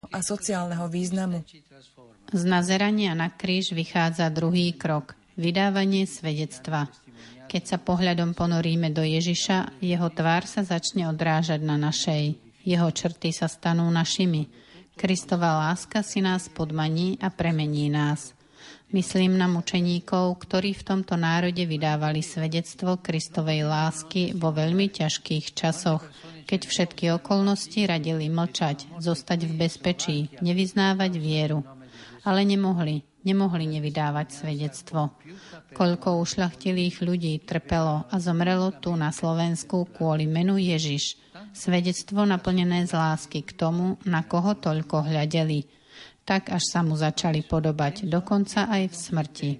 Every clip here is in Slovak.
a sociálneho významu. Z nazerania na kríž vychádza druhý krok, vydávanie svedectva. Keď sa pohľadom ponoríme do Ježiša, jeho tvár sa začne odrážať na našej. Jeho črty sa stanú našimi. Kristova láska si nás podmaní a premení nás. Myslím na mučeníkov, ktorí v tomto národe vydávali svedectvo Kristovej lásky vo veľmi ťažkých časoch, keď všetky okolnosti radili mlčať, zostať v bezpečí, nevyznávať vieru. Ale nemohli nevydávať svedectvo. Koľko ušľachtilých ľudí trpelo a zomrelo tu na Slovensku kvôli menu Ježiš. Svedectvo naplnené z lásky k tomu, na koho toľko hľadeli. Tak až sa mu začali podobať, dokonca aj v smrti.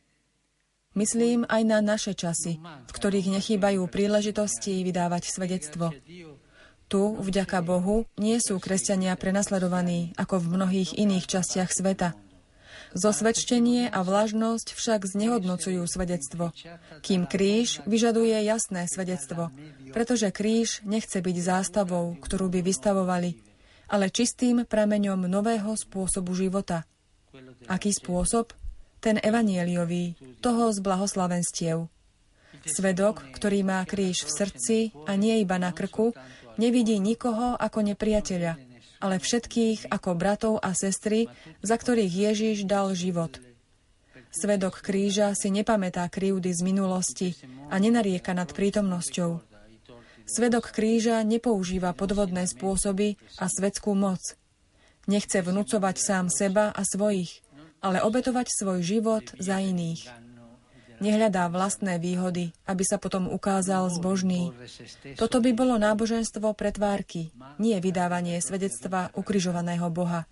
Myslím aj na naše časy, v ktorých nechýbajú príležitosti vydávať svedectvo. Tu, vďaka Bohu, nie sú kresťania prenasledovaní ako v mnohých iných častiach sveta. Zosvedčenie a vlažnosť však znehodnocujú svedectvo, kým kríž vyžaduje jasné svedectvo, pretože kríž nechce byť zástavou, ktorú by vystavovali, ale čistým prameňom nového spôsobu života. Aký spôsob? Ten evanjeliový, toho z blahoslavenstiev. Svedok, ktorý má kríž v srdci a nie iba na krku, nevidí nikoho ako nepriateľa, ale všetkých ako bratov a sestry, za ktorých Ježiš dal život. Svedok kríža si nepamätá krivdy z minulosti a nenarieka nad prítomnosťou. Svedok kríža nepoužíva podvodné spôsoby a svetskú moc. Nechce vnúcovať sám seba a svojich, ale obetovať svoj život za iných. Nehľadá vlastné výhody, aby sa potom ukázal zbožný. Toto by bolo náboženstvo pretvárky, nie vydávanie svedectva ukrižovaného Boha.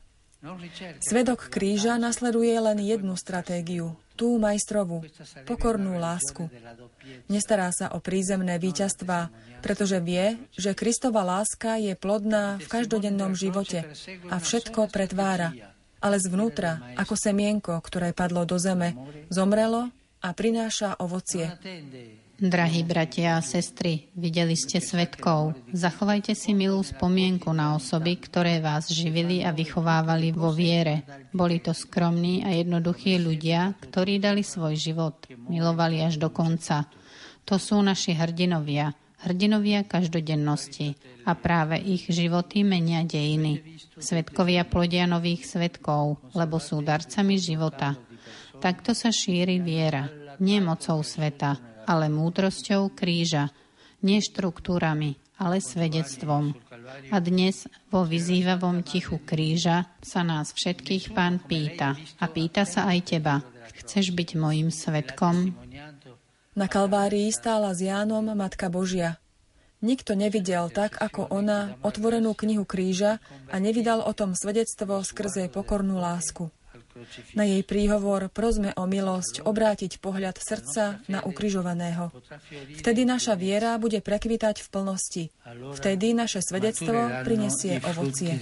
Svedok kríža nasleduje len jednu stratégiu, tú majstrovú, pokornú lásku. Nestará sa o prízemné víťazstvá, pretože vie, že Kristova láska je plodná v každodennom živote a všetko pretvára, ale zvnútra, ako semienko, ktoré padlo do zeme, zomrelo a prináša ovocie. Drahí bratia a sestry, videli ste svedkov. Zachovajte si milú spomienku na osoby, ktoré vás živili a vychovávali vo viere. Boli to skromní a jednoduchí ľudia, ktorí dali svoj život, milovali až do konca. To sú naši hrdinovia každodennosti a práve ich životy menia dejiny. Svedkovia plodia nových svedkov, lebo sú darcami života. Takto sa šíri viera, nie mocou sveta, ale múdrosťou kríža, nie štruktúrami, ale svedectvom. A dnes vo vyzývavom tichu kríža sa nás všetkých Pán pýta. A pýta sa aj teba. Chceš byť mojím svedkom? Na Kalvárii stála s Jánom Matka Božia. Nikto nevidel tak, ako ona, otvorenú knihu kríža a nevydal o tom svedectvo skrze pokornú lásku. Na jej príhovor prosme o milosť obrátiť pohľad srdca na ukrižovaného. Vtedy naša viera bude prekvitať v plnosti. Vtedy naše svedectvo prinesie ovocie.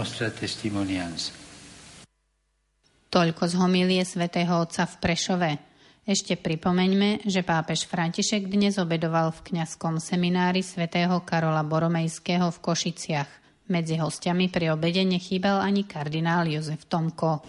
Toľko z homílie svätého Otca v Prešove. Ešte pripomeňme, že pápež František dnes obedoval v kňazskom seminári svätého Karola Boromejského v Košiciach. Medzi hostiami pri obede nechýbal ani kardinál Jozef Tomko.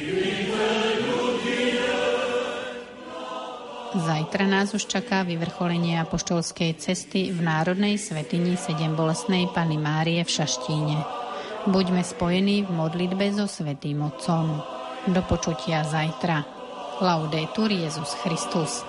Zajtra nás už čaká vyvrcholenie apoštolskej cesty v národnej svätyni Sedembolestnej Panny Márie v Šaštíne. Buďme spojení v modlitbe so Svätým Otcom. Do počutia zajtra. Laudetur Jesus Christus.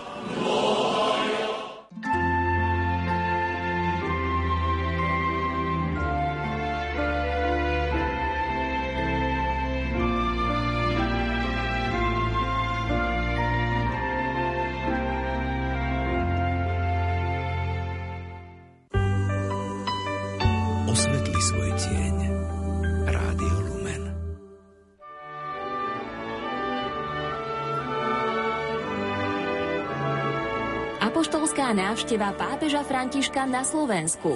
Osvetli svoj tieň. Rádio Lumen. Apoštolská návšteva pápeža Františka na Slovensku.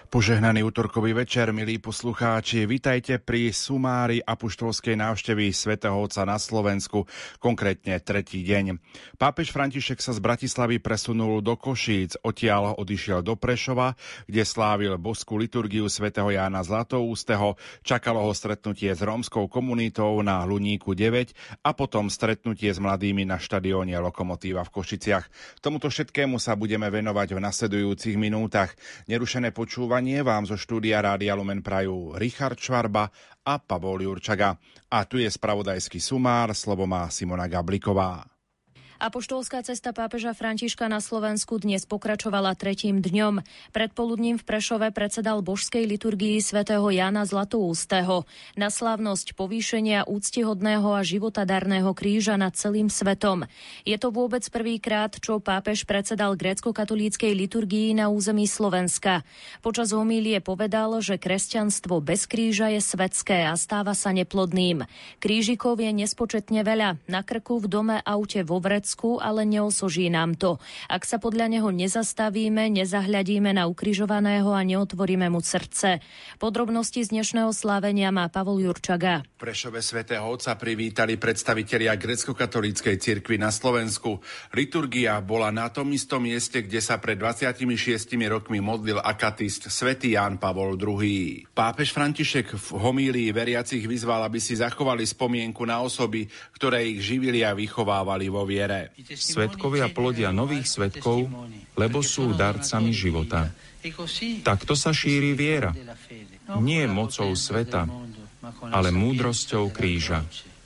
Požehnaný utorkový večer, milí poslucháči. Vitajte pri sumári apoštolskej návštevy svätého Otca na Slovensku, konkrétne tretí deň. Pápež František sa z Bratislavy presunul do Košíc, odtiaľ odišiel do Prešova, kde slávil božskú liturgiu svätého Jána Zlatoústeho, čakalo ho stretnutie s rómskou komunitou na Hluníku 9 a potom stretnutie s mladými na štadióne Lokomotíva v Košiciach. Tomuto všetkému sa budeme venovať v nasledujúcich minútach. Nerušené počúvanie vám zo štúdia Rádia Lumen prajú Richard Švarba a Pavol Jurčaga. A tu je spravodajský sumár, slovo má Simona Gabliková. Apoštolská cesta pápeža Františka na Slovensku dnes pokračovala tretím dňom. Predpoludním v Prešove predsedal božskej liturgii svätého Jána Zlatoústeho na slávnosť povýšenia úctihodného a životadarného kríža nad celým svetom. Je to vôbec prvýkrát, čo pápež predsedal grécko-katolíckej liturgii na území Slovenska. Počas homílie povedal, že kresťanstvo bez kríža je svetské a stáva sa neplodným. Krížikov je nespočetne veľa, na krku, v dome, aute, vo vrecku, ale neosoží nám to. Ak sa podľa neho nezastavíme, nezahľadíme na ukrižovaného a neotvoríme mu srdce. Podrobnosti z dnešného slávenia má Pavol Jurčaga. V Prešove svätého Otca privítali predstavitelia grécko-katolíckej cirkvi na Slovensku. Liturgia bola na tom istom mieste, kde sa pred 26 rokmi modlil akatist svätý Ján Pavol II. Pápež František v homílii veriacich vyzval, aby si zachovali spomienku na osoby, ktoré ich živili a vychovávali vo viere. Svedkovia plodia nových svedkov, lebo sú darcami života. Takto sa šíri viera. Nie mocou sveta, ale múdrosťou kríža.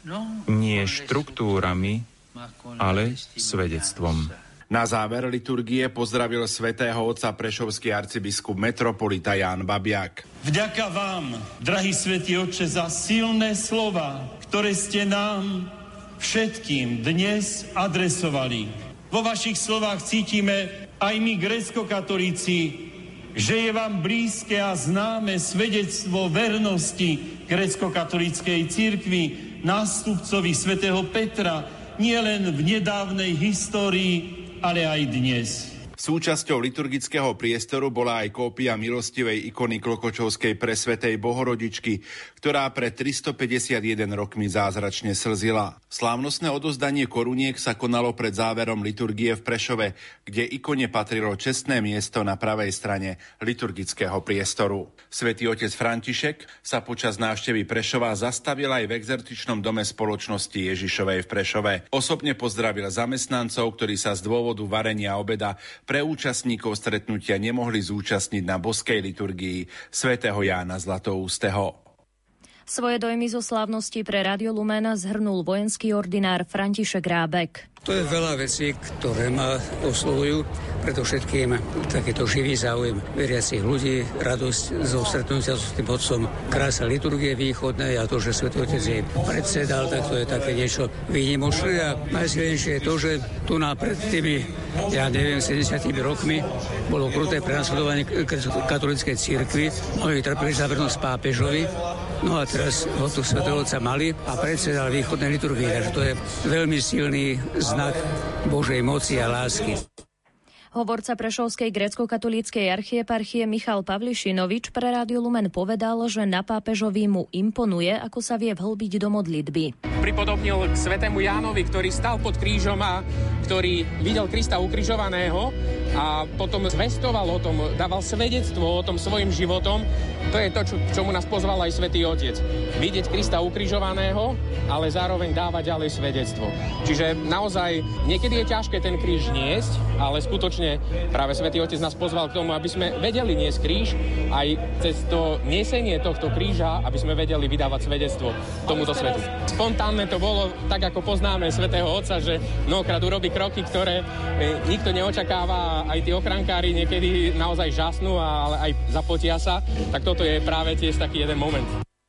Nie štruktúrami, ale svedectvom. Na záver liturgie pozdravil svätého Otca prešovský arcibiskup metropolita Ján Babiak. Vďaka vám, drahý svätý Otče, za silné slova, ktoré ste nám všetkým dnes adresovali. Vo vašich slovách cítime aj my grécko-katolíci, že je vám blízke a známe svedectvo vernosti grécko-katolíckej cirkvi, nástupcovi svätého Petra, nielen v nedávnej histórii, ale aj dnes. Súčasťou liturgického priestoru bola aj kópia milostivej ikony Klokočovskej presvätej Bohorodičky, ktorá pred 351 rokmi zázračne slzila. Slávnostné odozdanie koruniek sa konalo pred záverom liturgie v Prešove, kde ikone patrilo čestné miesto na pravej strane liturgického priestoru. Svätý otec František sa počas návštevy Prešova zastavil aj v exercičnom dome spoločnosti Ježišovej v Prešove. Osobne pozdravil zamestnancov, ktorí sa z dôvodu varenia obeda pre účastníkov stretnutia nemohli zúčastniť na božskej liturgii svätého Jána Zlatoústeho. Svoje dojmy zo slávnosti pre Rádio Lumen zhrnul vojenský ordinár František Rábek. To je veľa vecí, ktoré ma oslovujú, preto všetkým takýto živý záujem veriacich ľudí, radosť zo stretnutia s tým otcom, krása liturgie východnej a to, že Svätý Otec jej predsedal, tak to je také niečo výnimočné a najsilnejšie je to, že tu pred tými, 70 rokmi bolo kruté prenasledovanie katolíckej cirkvi, mnohí trpeli za vernosť pápežovi. No a teraz ho tu Svätého Otca mali a predsedal východnej liturgii, takže to je veľmi silný znak Božej moci a lásky. Hovorca Prešovskej grécko-katolíckej archieparchie Michal Pavlišinovič pre Rádio Lumen povedal, že na pápežovi mu imponuje, ako sa vie vhlbiť do modlitby. Pripodobnil k svätému Jánovi, ktorý stal pod krížom a ktorý videl Krista ukrižovaného a potom zvestoval o tom, dával svedectvo o tom svojim životom. To je to, čomu nás pozval aj Svätý Otec. Vidieť Krista ukrižovaného, ale zároveň dávať ďalej svedectvo. Čiže naozaj niekedy je ťažké ten kríž niesť, ale skutočne práve Svätý Otec nás pozval k tomu, aby sme vedeli niesť kríž aj cez to niesenie tohto kríža, aby sme vedeli vydávať svedectvo tomuto svetu. Spontánne to bolo tak, ako poznáme Svätého Otca, že mnohokrát urobí kroky, ktoré nikto neočakáva, aj tí ochrankári niekedy naozaj žasnú, ale aj zapotia sa. Tak toto je práve tiež taký jeden moment.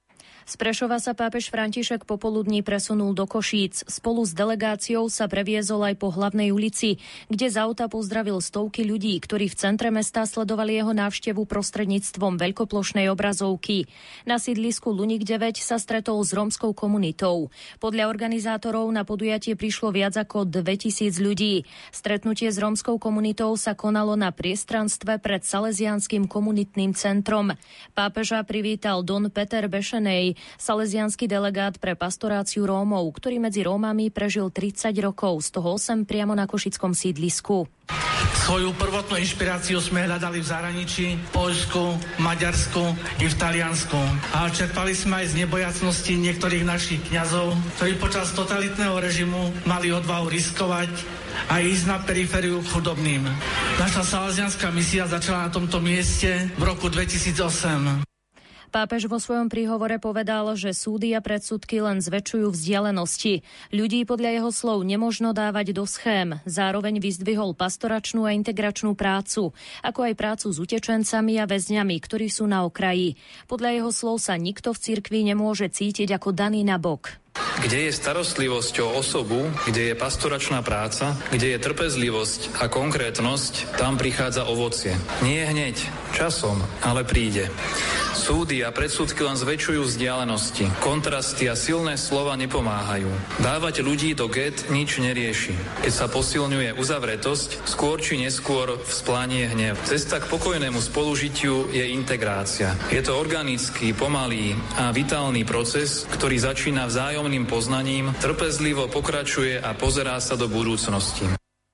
Z Prešova sa pápež František popoludní presunul do Košíc. Spolu s delegáciou sa previezol aj po hlavnej ulici, kde z auta pozdravil stovky ľudí, ktorí v centre mesta sledovali jeho návštevu prostredníctvom veľkoplošnej obrazovky. Na sídlisku Luník 9 sa stretol s rómskou komunitou. Podľa organizátorov na podujatie prišlo viac ako 2000 ľudí. Stretnutie s rómskou komunitou sa konalo na priestranstve pred Salesianským komunitným centrom. Pápeža privítal don Peter Bešenej, salesiansky delegát pre pastoráciu Rómov, ktorý medzi Rómami prežil 30 rokov, z toho 8 priamo na košickom sídlisku. Svoju prvotnú inšpiráciu sme hľadali v zahraničí, v Poľsku, Maďarsku i v Taliansku. A čerpali sme aj z nebojacnosti niektorých našich kňazov, ktorí počas totalitného režimu mali odvahu riskovať a ísť na perifériu k chudobným. Naša salesianská misia začala na tomto mieste v roku 2008. Pápež vo svojom príhovore povedal, že súdy a predsudky len zväčšujú vzdialenosti. Ľudí podľa jeho slov nemožno dávať do schém. Zároveň vyzdvihol pastoračnú a integračnú prácu, ako aj prácu s utečencami a väzňami, ktorí sú na okraji. Podľa jeho slov sa nikto v cirkvi nemôže cítiť ako daný nabok. Kde je starostlivosť o osobu, kde je pastoračná práca, kde je trpezlivosť a konkrétnosť, tam prichádza ovocie. Nie hneď, časom, ale príde. Súdy a predsudky len zväčšujú vzdialenosti. Kontrasty a silné slova nepomáhajú. Dávať ľudí do gét nič nerieši. Keď sa posilňuje uzavretosť, skôr či neskôr vzplánie hnev. Cesta k pokojnému spolužitiu je integrácia. Je to organický, pomalý a vitálny proces, ktorý začína vzájomným poznaním, trpezlivo pokračuje a pozerá sa do budúcnosti.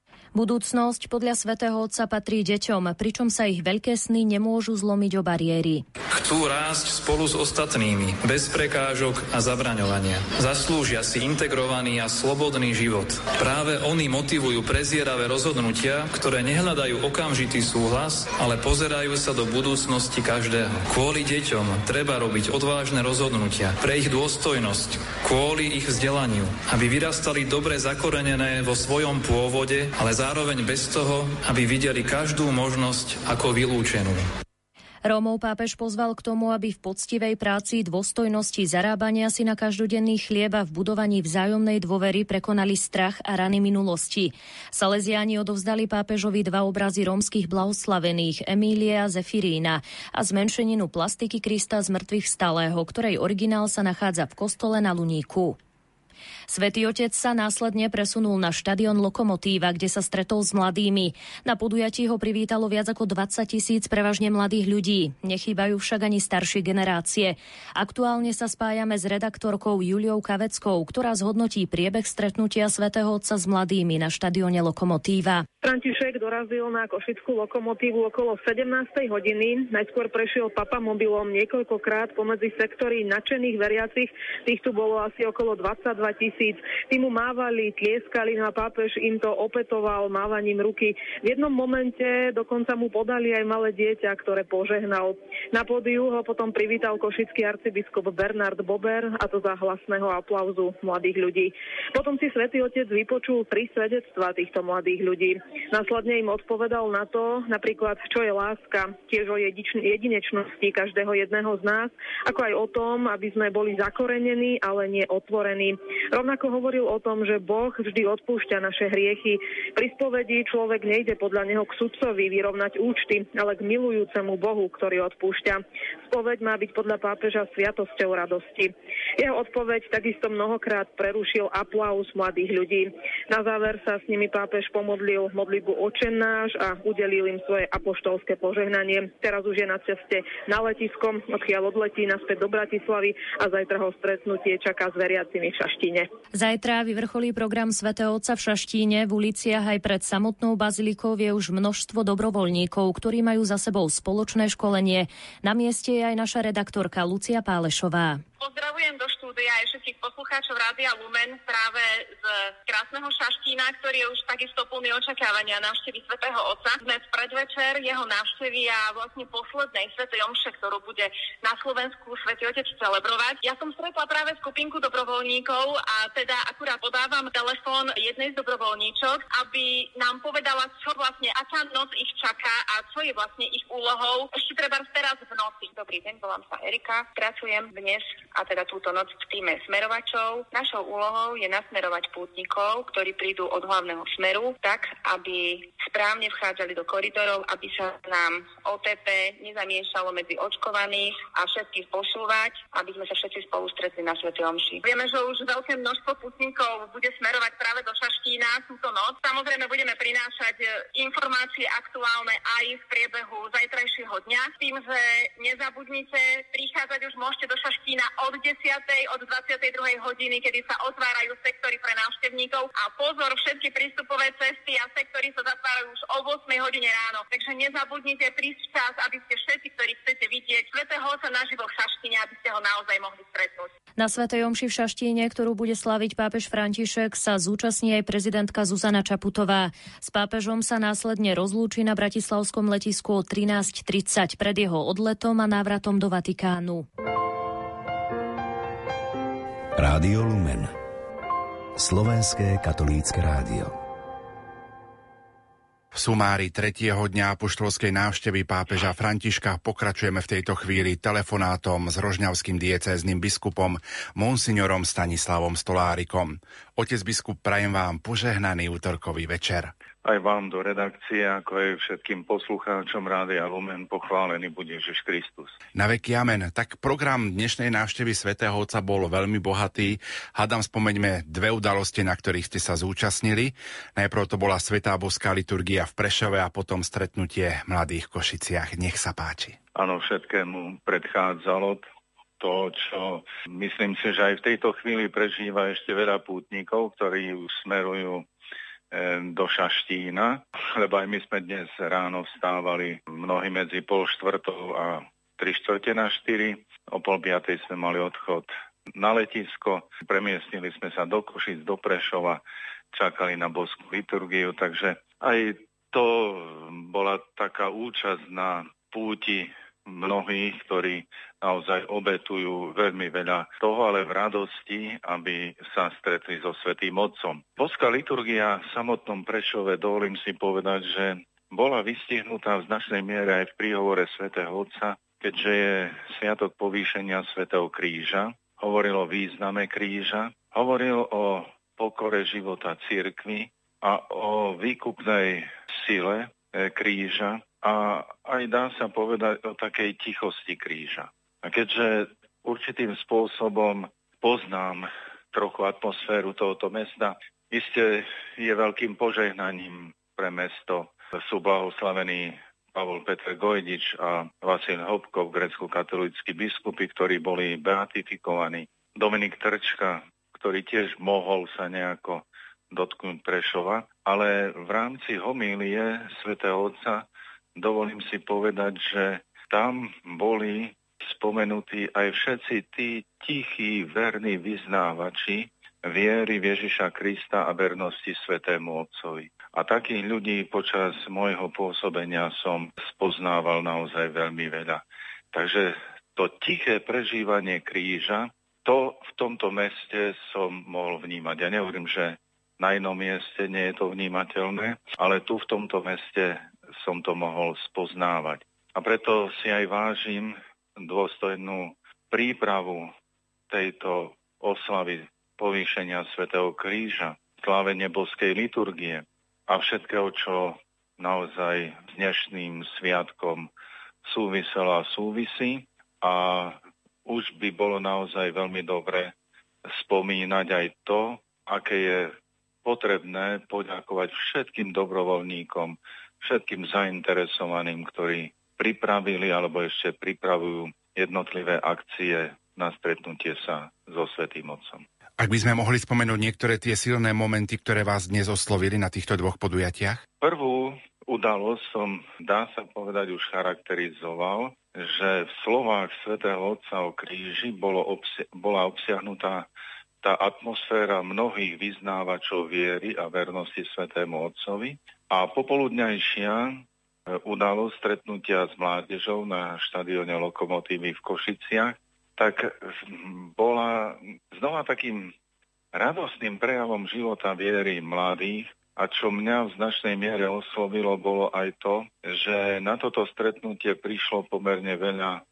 Budúcnosť podľa svätého Otca patrí deťom, pričom sa ich veľké sny nemôžu zlomiť o bariéry. Chcú rásť spolu s ostatnými, bez prekážok a zabraňovania. Zaslúžia si integrovaný a slobodný život. Práve oni motivujú prezieravé rozhodnutia, ktoré nehľadajú okamžitý súhlas, ale pozerajú sa do budúcnosti každého. Kvôli deťom treba robiť odvážne rozhodnutia pre ich dôstojnosť, kvôli ich vzdelaniu, aby vyrastali dobre zakorenené vo svojom pôvode, ale zároveň bez toho, aby videli každú možnosť ako vylúčenú. Rómov pápež pozval k tomu, aby v poctivej práci, dôstojnosti, zarábania si na každodenný chlieb a v budovaní vzájomnej dôvery prekonali strach a rany minulosti. Salesiáni odovzdali pápežovi 2 obrazy rómskych blahoslavených, Emílie a Zefirína, a zmenšeninu plastiky Krista z mŕtvych vstalého, ktorej originál sa nachádza v kostole na Luníku. Svätý Otec sa následne presunul na štadión Lokomotíva, kde sa stretol s mladými. Na podujatí ho privítalo viac ako 20 000 prevažne mladých ľudí. Nechýbajú však ani staršie generácie. Aktuálne sa spájame s redaktorkou Juliou Kaveckou, ktorá zhodnotí priebeh stretnutia svätého Otca s mladými na štadióne Lokomotíva. František dorazil na košickú Lokomotívu okolo 17. hodiny. Najskôr prešiel papamobilom niekoľkokrát pomedzi sektory nadšených veriacich. Tých tu bolo asi okolo 22 000. Tí mu mávali, tlieskali, a pápež im to opetoval mávaním ruky. V jednom momente dokonca mu podali aj malé dieťa, ktoré požehnal. Na pódiu ho potom privítal košický arcibiskup Bernard Bober, a to za hlasného aplauzu mladých ľudí. Potom si svätý Otec vypočul 3 svedectvá týchto mladých ľudí. Následne im odpovedal na to, napríklad, čo je láska, tiež o jedinečnosti každého jedného z nás, ako aj o tom, aby sme boli zakorenení, ale nie otvorení. Rovnako hovoril o tom, že Boh vždy odpúšťa naše hriechy. Pri spovedi človek nejde podľa neho k sudcovi vyrovnať účty, ale k milujúcemu Bohu, ktorý odpúšťa. Spoveď má byť podľa pápeža sviatosťou radosti. Jeho odpoveď takisto mnohokrát prerušil aplauz mladých ľudí. Na záver sa s nimi pápež pomodlil modlitbu Otčenáš a udelil im svoje apoštolské požehnanie. Teraz už je na ceste na letisko, odkiaľ odletí naspäť do Bratislavy a zajtra ho stretnutie čaká s veriacimi v Šaštíne. Zajtra vyvrcholí program svätého Otca v Šaštíne. V uliciach aj pred samotnou bazilikou je už množstvo dobrovoľníkov, ktorí majú za sebou spoločné školenie. Na mieste je aj naša redaktorka Lucia Pálešová. Pozdravujem do štúdia aj všetkých poslucháčov Rádia Lumen práve z krásneho Šaštína, ktorý je už takisto plný očakávania návštevy svätého Otca. Dnes predvečer jeho návštevy a vlastne poslednej svätej omše, ktorú bude na Slovensku svätý Otec celebrovať. Ja som stretla práve skupinku dobrovoľníkov a teda akurát podávam telefón jednej z dobrovoľníčok, aby nám povedala, čo vlastne, aká noc ich čaká a čo je vlastne ich úlohou ešte treba teraz v noci. Dobrý Dobrý deň, volám sa Erika. Pracujem dnes a teda túto noc v tíme smerovačov. Našou úlohou je nasmerovať pútnikov, ktorí prídu od hlavného smeru, tak, aby správne vchádzali do koridorov, aby sa nám OTP nezamiešalo medzi očkovaných a všetkých posúvať, aby sme sa všetci spolu stretli na svätej omši. Vieme, že už veľké množstvo pútnikov bude smerovať práve do Šaštína túto noc. Samozrejme budeme prinášať informácie aktuálne aj v priebehu zajtrajšieho dňa. Tým, že nezabudnite, prichádzať už môžete do Šaštína od 10. od 22. hodiny, kedy sa otvárajú sektory pre návštevníkov a pozor, všetky prístupové cesty a sektory sa zatvárajú už o 8 hodine ráno. Takže nezabudnite prísť včas, aby ste všetci, ktorí chcete vidieť svätého Otca naživo v Šaštíne, aby ste ho naozaj mohli stretnúť. Na svätej omši v Šaštíne, ktorú bude sláviť pápež František, sa zúčastní aj prezidentka Zuzana Čaputová. S pápežom sa následne rozlúči na bratislavskom letisku o 13:30 pred jeho odletom a návratom do Vatikánu. Rádio Lumen, slovenské katolícke rádio. V sumári 3. dňa apoštolskej návštevy pápeža Františka pokračujeme v tejto chvíli telefonátom s rožňavským diecéznym biskupom monsignorom Stanislavom Stolárikom. Otec biskup, prajem vám požehnaný útorkový večer. Aj vám do redakcie, ako aj všetkým poslucháčom Rádia Lumen, pochválený bude Ježiš Kristus. Na veky amen. Tak program dnešnej návštevy svätého Otca bol veľmi bohatý. Hádam, spomeňme dve udalosti, na ktorých ste sa zúčastnili. Najprv to bola Svätá boská liturgia v Prešove a potom stretnutie mladých v Košiciach. Nech sa páči. Áno, všetkému predchádzalo to, čo myslím si, že aj v tejto chvíli prežíva ešte veľa pútnikov, ktorí už smerujú do Šaštína, lebo aj my sme dnes ráno vstávali mnohí medzi 3:30 a 3:45. O 4:30 sme mali odchod na letisko, premiestnili sme sa do Košic, do Prešova, čakali na boskú liturgiu, takže aj to bola taká účasť na púti mnohých, ktorí naozaj obetujú veľmi veľa toho, ale v radosti, aby sa stretli so Svätým Otcom. Boská liturgia v samotnom Prešove, dovolím si povedať, že bola vystihnutá v značnej miere aj v príhovore Svätého Otca, keďže je sviatok povýšenia Svätého Kríža, hovoril o význame kríža, hovoril o pokore života cirkvi a o výkupnej sile kríža, a aj dá sa povedať o takej tichosti kríža. A keďže určitým spôsobom poznám trochu atmosféru tohoto mesta, iste je veľkým požehnaním pre mesto. Sú blahoslavení Pavol Peter Gojdič a Vasil Hopkov, grécko-katolícki biskupy, ktorí boli beatifikovaní. Dominik Trčka, ktorý tiež mohol sa nejako dotknúť Prešova, ale v rámci homílie svätého Otca dovolím si povedať, že tam boli spomenutí aj všetci tí tichí, verní vyznávači viery v Ježiša Krista a vernosti Svätému Otcovi. A takých ľudí počas môjho pôsobenia som spoznával naozaj veľmi veľa. Takže to tiché prežívanie kríža, to v tomto meste som mohol vnímať. Ja nehovorím, že na inom mieste nie je to vnímateľné, ale tu v tomto meste som to mohol spoznávať. A preto si aj vážim dôstojnú prípravu tejto oslavy povýšenia Svätého Kríža, slávenie boskej liturgie a všetkého, čo naozaj s dnešným sviatkom súviselo a súvisí. A už by bolo naozaj veľmi dobre spomínať aj to, aké je potrebné poďakovať všetkým dobrovoľníkom, všetkým zainteresovaným, ktorí pripravili alebo ešte pripravujú jednotlivé akcie na stretnutie sa so Svätým Otcom. Ak by sme mohli spomenúť niektoré tie silné momenty, ktoré vás dnes oslovili na týchto dvoch podujatiach? Prvú udalosť som, dá sa povedať, už charakterizoval, že v slovách Svätého Otca o kríži bola obsiahnutá tá atmosféra mnohých vyznávačov viery a vernosti Svätému Otcovi. A popoludňajšia udalosť stretnutia s mládežou na štadióne Lokomotívy v Košiciach, tak bola znova takým radostným prejavom života viery mladých. A čo mňa v značnej miere oslovilo, bolo aj to, že na toto stretnutie prišlo pomerne veľa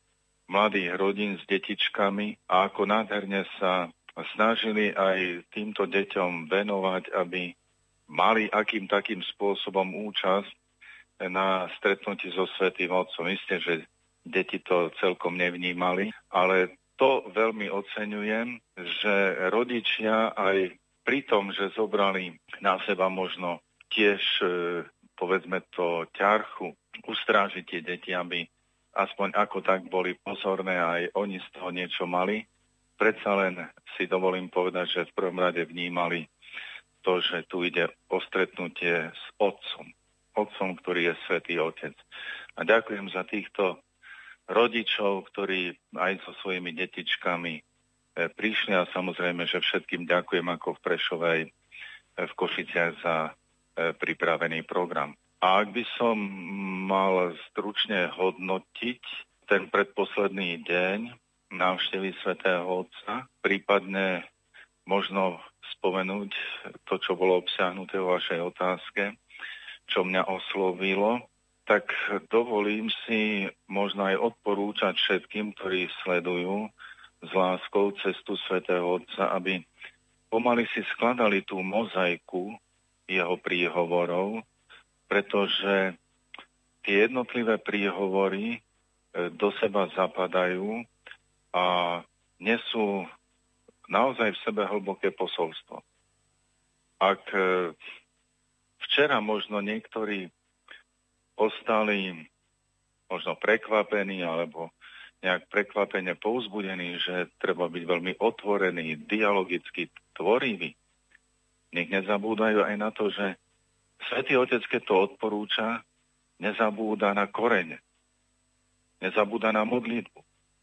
mladých rodín s detičkami a ako nádherne sa snažili aj týmto deťom venovať, aby mali akým takým spôsobom účasť na stretnutí so Svätým Otcom. Isté, že deti to celkom nevnímali, ale to veľmi oceňujem, že rodičia aj pri tom, že zobrali na seba možno tiež, povedzme to, ťarchu, ustrážiť tie deti, aby aspoň ako tak boli pozorné a aj oni z toho niečo mali. Predsa len si dovolím povedať, že v prvom rade vnímali to, že tu ide o stretnutie s Otcom, ktorý je Svätý Otec. A ďakujem za týchto rodičov, ktorí aj so svojimi detičkami prišli a samozrejme, že všetkým ďakujem ako v Prešovej, v Košiciach za pripravený program. A ak by som mal stručne hodnotiť ten predposledný deň návštevy Svätého Otca, prípadne možno spomenúť to, čo bolo obsiahnuté vo vašej otázke, čo mňa oslovilo, tak dovolím si možno aj odporúčať všetkým, ktorí sledujú s láskou cestu Svätého Otca, aby pomaly si skladali tú mozaiku jeho príhovorov, pretože tie jednotlivé príhovory do seba zapadajú a nesú naozaj v sebe hlboké posolstvo. Ak včera možno niektorí ostali možno prekvapení alebo nejak prekvapene povzbudení, že treba byť veľmi otvorený, dialogicky tvorivý, nech nezabúdajú aj na to, že Svätý Otec, keď to odporúča, nezabúda na koreň, nezabúda na modlitbu.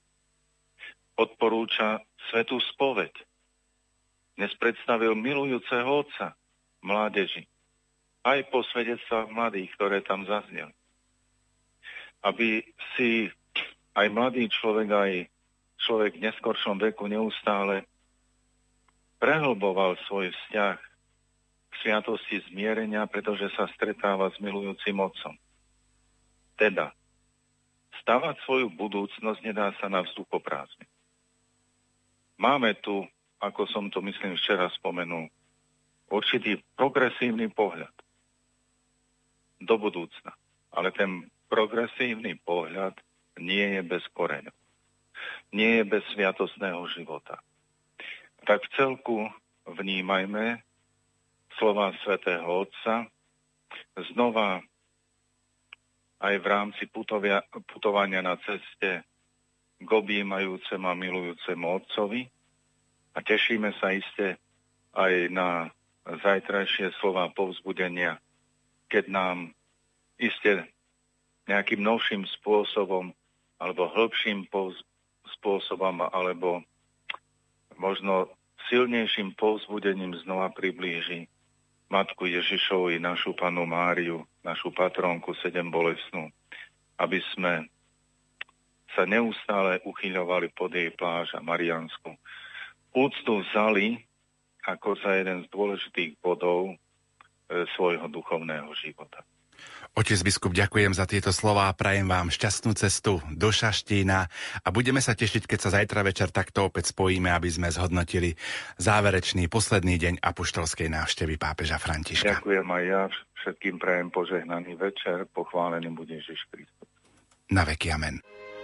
Odporúča svätú spoveď. Dnes predstavil milujúceho otca mládeži, aj po svedectvách mladých, ktoré tam zazneli. Aby si aj mladý človek, aj človek v neskoršom veku neustále prehlboval svoj vzťah k sviatosti zmierenia, pretože sa stretáva s milujúcim Otcom. Teda, stavať svoju budúcnosť nedá sa na vzduchoprázdne. Máme tu, ako som to myslím včera spomenul, určitý progresívny pohľad do budúcna. Ale ten progresívny pohľad nie je bez koreňov. Nie je bez sviatostného života. Tak v celku vnímajme slová Svätého Otca znova aj v rámci putovania na ceste k objímajúcemu a milujúcemu Otcovi a tešíme sa iste aj na zajtrajšie slová povzbudenia, keď nám iste nejakým novším spôsobom alebo hĺbším spôsobom alebo možno silnejším povzbudením znova priblíži Matku Ježišovu i našu Pannu Máriu, našu patrónku sedembolestnú, aby sme sa neustále uchyľovali pod jej pláž a Mariánsku. Úctu vzali ako za jeden z dôležitých bodov svojho duchovného života. Otec biskup, ďakujem za tieto slová, prajem vám šťastnú cestu do Šaštína a budeme sa tešiť, keď sa zajtra večer takto opäť spojíme, aby sme zhodnotili záverečný posledný deň apoštolskej návštevy pápeža Františka. Ďakujem aj ja, všetkým prajem požehnaný večer, pochválený bude Ježiš Kristus. Na veky amen.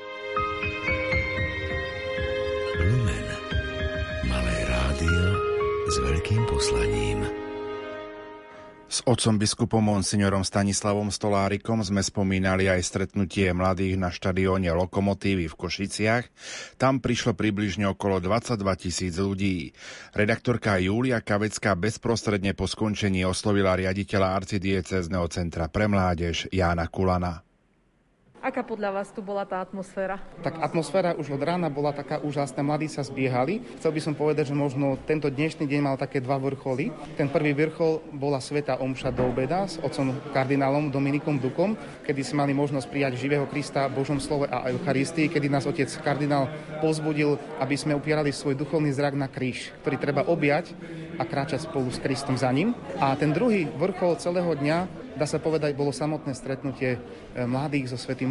Lumen. Malé rádio s veľkým poslaním. S otcom biskupom monsignorom Stanislavom Stolárikom sme spomínali aj stretnutie mladých na štadióne Lokomotívy v Košiciach. Tam prišlo približne okolo 22 000 ľudí. Redaktorka Júlia Kavecká bezprostredne po skončení oslovila riaditeľa arcidiecézneho centra pre mládež Jána Kulana. Aká podľa vás tu bola tá atmosféra? Tak atmosféra už od rána bola taká úžasná, mladí sa zbiehali. Chcel by som povedať, že možno tento dnešný deň mal také dva vrcholy. Ten prvý vrchol bola svätá omša do obeda s otcom kardinálom Dominikom Dukom, kedy sme mali možnosť prijať živého Krista v Božom slove a Eucharistii, kedy nás otec kardinál povzbudil, aby sme upierali svoj duchovný zrak na kríž, ktorý treba objať a kráčať spolu s Kristom za ním. A ten druhý vrchol celého dňa, dá sa povedať, bolo samotné stretnutie mladých so Svätým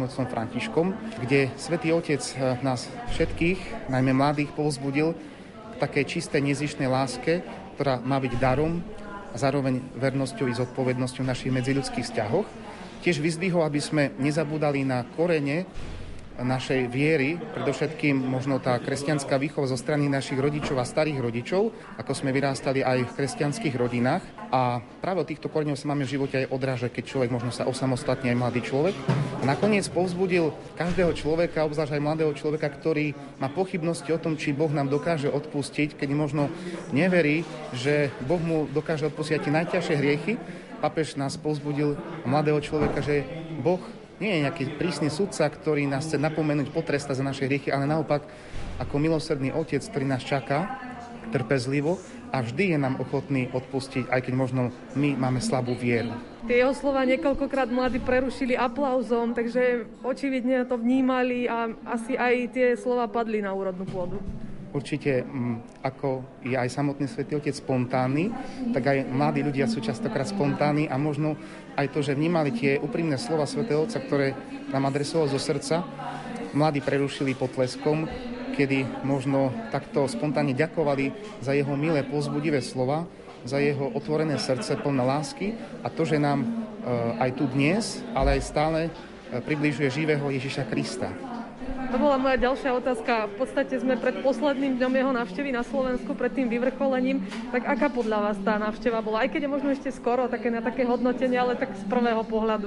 svätým otcom Františkom, kde Svätý Otec nás všetkých, najmä mladých, povzbudil k takej čistej nezištnej láske, ktorá má byť darom a zároveň vernosťou i zodpovednosťou v našich medziľudských vzťahoch. Tiež vyzdvihol, aby sme nezabúdali na korene našej viery, predovšetkým možno tá kresťanská výchova zo strany našich rodičov a starých rodičov, ako sme vyrástali aj v kresťanských rodinách. A práve od týchto koreňov sa máme v živote aj odrážať, keď človek možno sa osamostatní, aj mladý človek. A nakoniec povzbudil každého človeka, obzvlášť aj mladého človeka, ktorý má pochybnosti o tom, či Boh nám dokáže odpustiť, keď možno neverí, že Boh mu dokáže odpustiť tie najťažšie hriechy. Pápež nás povzbudil, mladého človeka, že Boh nie je nejaký prísny sudca, ktorý nás chce napomenúť, potrestať za naše hriechy, ale naopak ako milosrdný otec, ktorý nás čaká trpezlivo a vždy je nám ochotný odpustiť, aj keď možno my máme slabú vieru. Tie jeho slova niekoľkokrát mladí prerušili aplauzom, takže očividne to vnímali a asi aj tie slova padli na úrodnú pôdu. Určite, ako je aj samotný Svätý Otec spontánny, tak aj mladí ľudia sú častokrát spontánni a možno aj to, že vnímali tie úprimné slova Svätého Otca, ktoré nám adresoval zo srdca, mladí prerušili potleskom, kedy možno takto spontánne ďakovali za jeho milé, povzbudivé slova, za jeho otvorené srdce plné lásky a to, že nám aj tu dnes, ale aj stále približuje živého Ježiša Krista. To bola moja ďalšia otázka. V podstate sme pred posledným dňom jeho návštevy na Slovensku, pred tým vyvrcholením. Tak aká podľa vás tá návšteva bola? Aj keď je možno ešte skoro na také hodnotenie, ale tak z prvého pohľadu.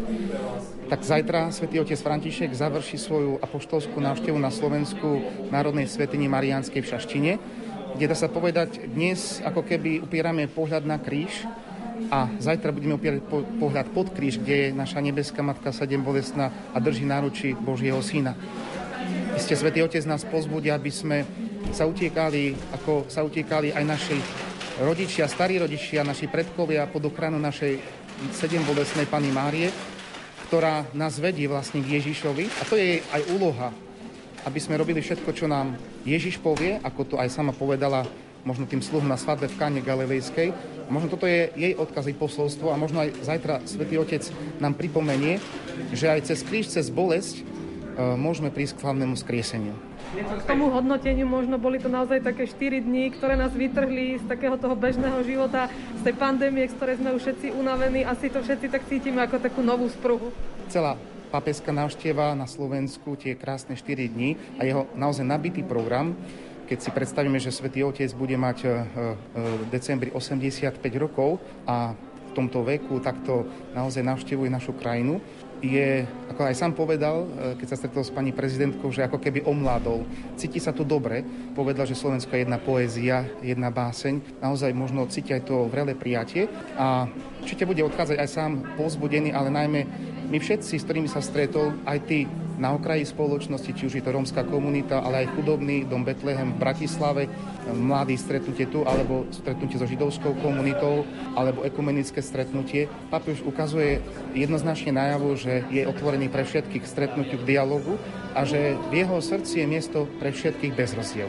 Tak zajtra Svätý Otec František završí svoju apoštolskú návštevu na Slovensku Národnej svätyni Mariánskej v Šaštine, kde dá sa povedať, dnes ako keby upierame pohľad na kríž a zajtra budeme upierať pohľad pod kríž, kde je naša nebeská Matka sedembolestná a drží náručí Božieho Syna. Isté Svätý Otec nás povzbudí, aby sme sa utiekali, ako sa utiekali aj naši rodičia, starí rodičia, naši predkovia pod ochranu našej sedembolestnej Panny Márie, ktorá nás vedie vlastne k Ježišovi. A to je aj úloha, aby sme robili všetko, čo nám Ježiš povie, ako to aj sama povedala možno tým sluhom na svadbe v Káne Galilejskej. Možno toto je jej odkaz, jej posolstvo a možno aj zajtra Svätý Otec nám pripomenie, že aj cez kríž, cez bolesť môžeme prísť k hlavnému skrieseniu. K tomu hodnoteniu možno boli to naozaj také 4 dní, ktoré nás vytrhli z takého toho bežného života, z tej pandémie, z ktorej sme už všetci unavení, asi to všetci tak cítime ako takú novú spruhu. Celá pápežská návšteva na Slovensku, tie krásne 4 dní a jeho naozaj nabitý program, keď si predstavíme, že Svätý Otec bude mať v decembri 85 rokov a v tomto veku takto naozaj navštevuje našu krajinu, je, ako aj sám povedal, keď sa stretol s pani prezidentkou, že ako keby omládol. Cíti sa tu dobre. Povedal, že Slovensko je jedna poézia, jedna báseň. Naozaj možno cíti aj to vrelé prijatie. A určite bude odchádzať aj sám povzbudený, ale najmä my všetci, s ktorými sa stretol, aj tí na okraji spoločnosti, či už je to rómska komunita, ale aj chudobný dom Betlehem v Bratislave, mladý stretnutie tu, alebo stretnutie so židovskou komunitou, alebo ekumenické stretnutie. Pápež ukazuje jednoznačne najavo, že je otvorený pre všetkých k stretnutiu, k dialogu a že v jeho srdci je miesto pre všetkých bez rozdielu.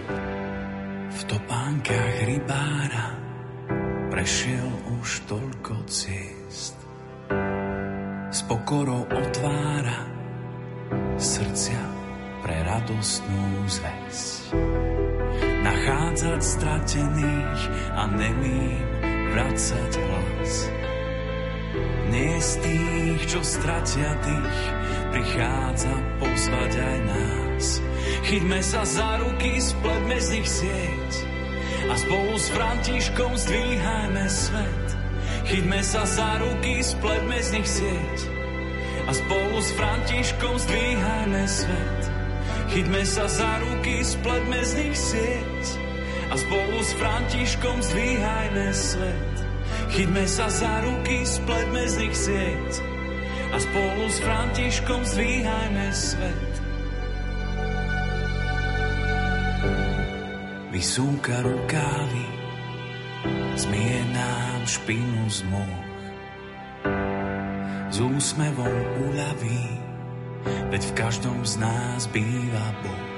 V topánkach rybára prešiel už toľko ciest. S pokorou otvára srdcia pre radostnú zvesť. Nachádzať stratených a nemým vracať hlas. Nie z tých, čo stratia tých, prichádza pozvať aj nás. Chyťme sa za ruky, spletme z nich sieť a spolu s Františkom zdvíhajme svet. Chyťme sa za ruky, spletme z nich sieť a spolu s Františkom zdvíhajme svet. Chyťme sa za ruky, spletme z nich sieť a spolu s Františkom zdvíhajme svet. Chyťme sa za ruky, spletme z nich sieť a spolu s Františkom zdvíhajme svet. Vysúka rukávy, zmije nám špinu z môh. S úsmevom uľaví, veď v každom z nás býva Boh.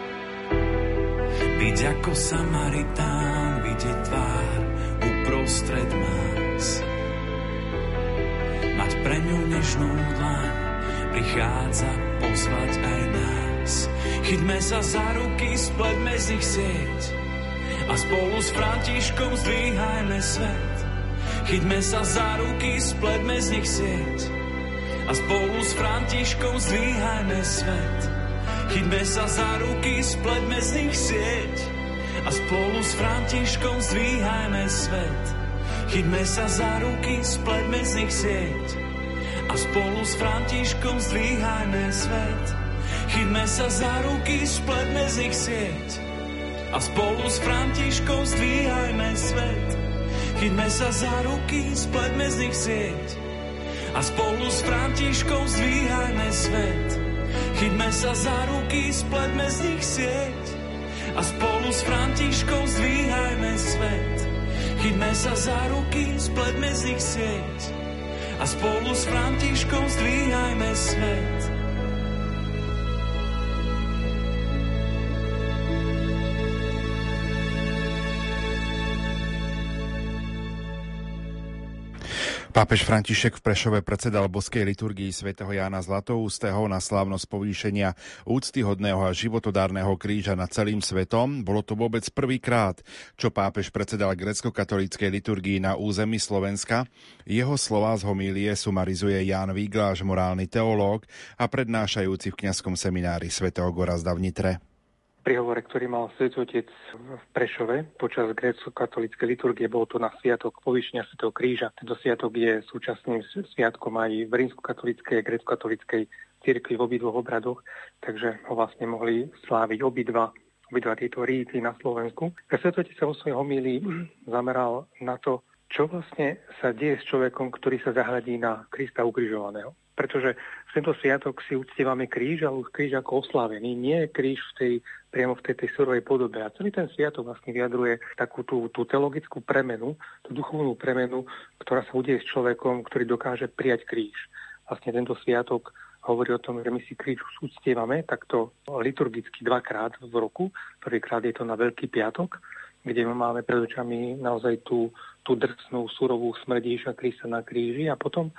Byť ako Samaritán, vidieť tvár uprostred más. Mať pre ňu nežnú dlaň, prichádza pozvať aj nás. Chyťme sa za ruky, spletme z nich sieť a spolu s Františkom zdvíhajme svet. Chyťme sa za ruky, spletme z nich sieť a spolu s Františkom zdvíhajme svet. Chyťme sa za ruky, spletme z nich sieť a spolu s Františkom zdvíhajme svet. Chyťme sa za ruky, spletme z nich sieť a spolu s Františkom zdvíhajme svet. Chyťme sa za ruky, spletme z nich sieť a spolu s Františkom zdvíhajme svet. Chyťme sa za ruky, spletme z nich sieť a spolu s Františkom zdvíhajme svet. Chyťme sa za ruky, spletme z nich sieť a spolu s Františkom zdvíhajme svet. Chyťme sa za ruky, spletme z nich sieť a spolu s Františkom zdvíhajme svet. Pápež František v Prešove predsedal boskej liturgii svätého Jána Zlatoústeho na slávnosť povýšenia úctyhodného a životodárneho kríža nad celým svetom. Bolo to vôbec prvýkrát, čo pápež predsedal grécko-katolíckej liturgii na území Slovenska. Jeho slová z homílie sumarizuje Ján Vígláš, morálny teológ a prednášajúci v kňazskom seminári svätého Gorazda v Nitre. Prihovore, ktorý mal Svätý Otec v Prešove počas grécko-katolíckej liturgie, bol to na sviatok povýšenia Svätého kríža. Tento sviatok je súčasným sviatkom aj v rímsko-katolíckej a grécko-katolíckej cirkvi v obidvoch obradoch, takže ho vlastne mohli sláviť obidva tieto ríty na Slovensku. Svätý Otec sa vo svojej homílii zameral na to, čo vlastne sa deje s človekom, ktorý sa zahľadí na Krista ukrižovaného. Pretože v tento sviatok si uctievame kríž, ale kríž ako oslávený, nie kríž priamo v tej surovej podobe. A celý ten sviatok vlastne vyjadruje takú tú teologickú premenu, tú duchovnú premenu, ktorá sa udeje s človekom, ktorý dokáže prijať kríž. Vlastne tento sviatok hovorí o tom, že my si kríž uctievame takto liturgicky dvakrát v roku. Prvýkrát je to na Veľký piatok, kde máme pred očami naozaj tú drsnú, surovú smrť Ježiša Krista na kríži a potom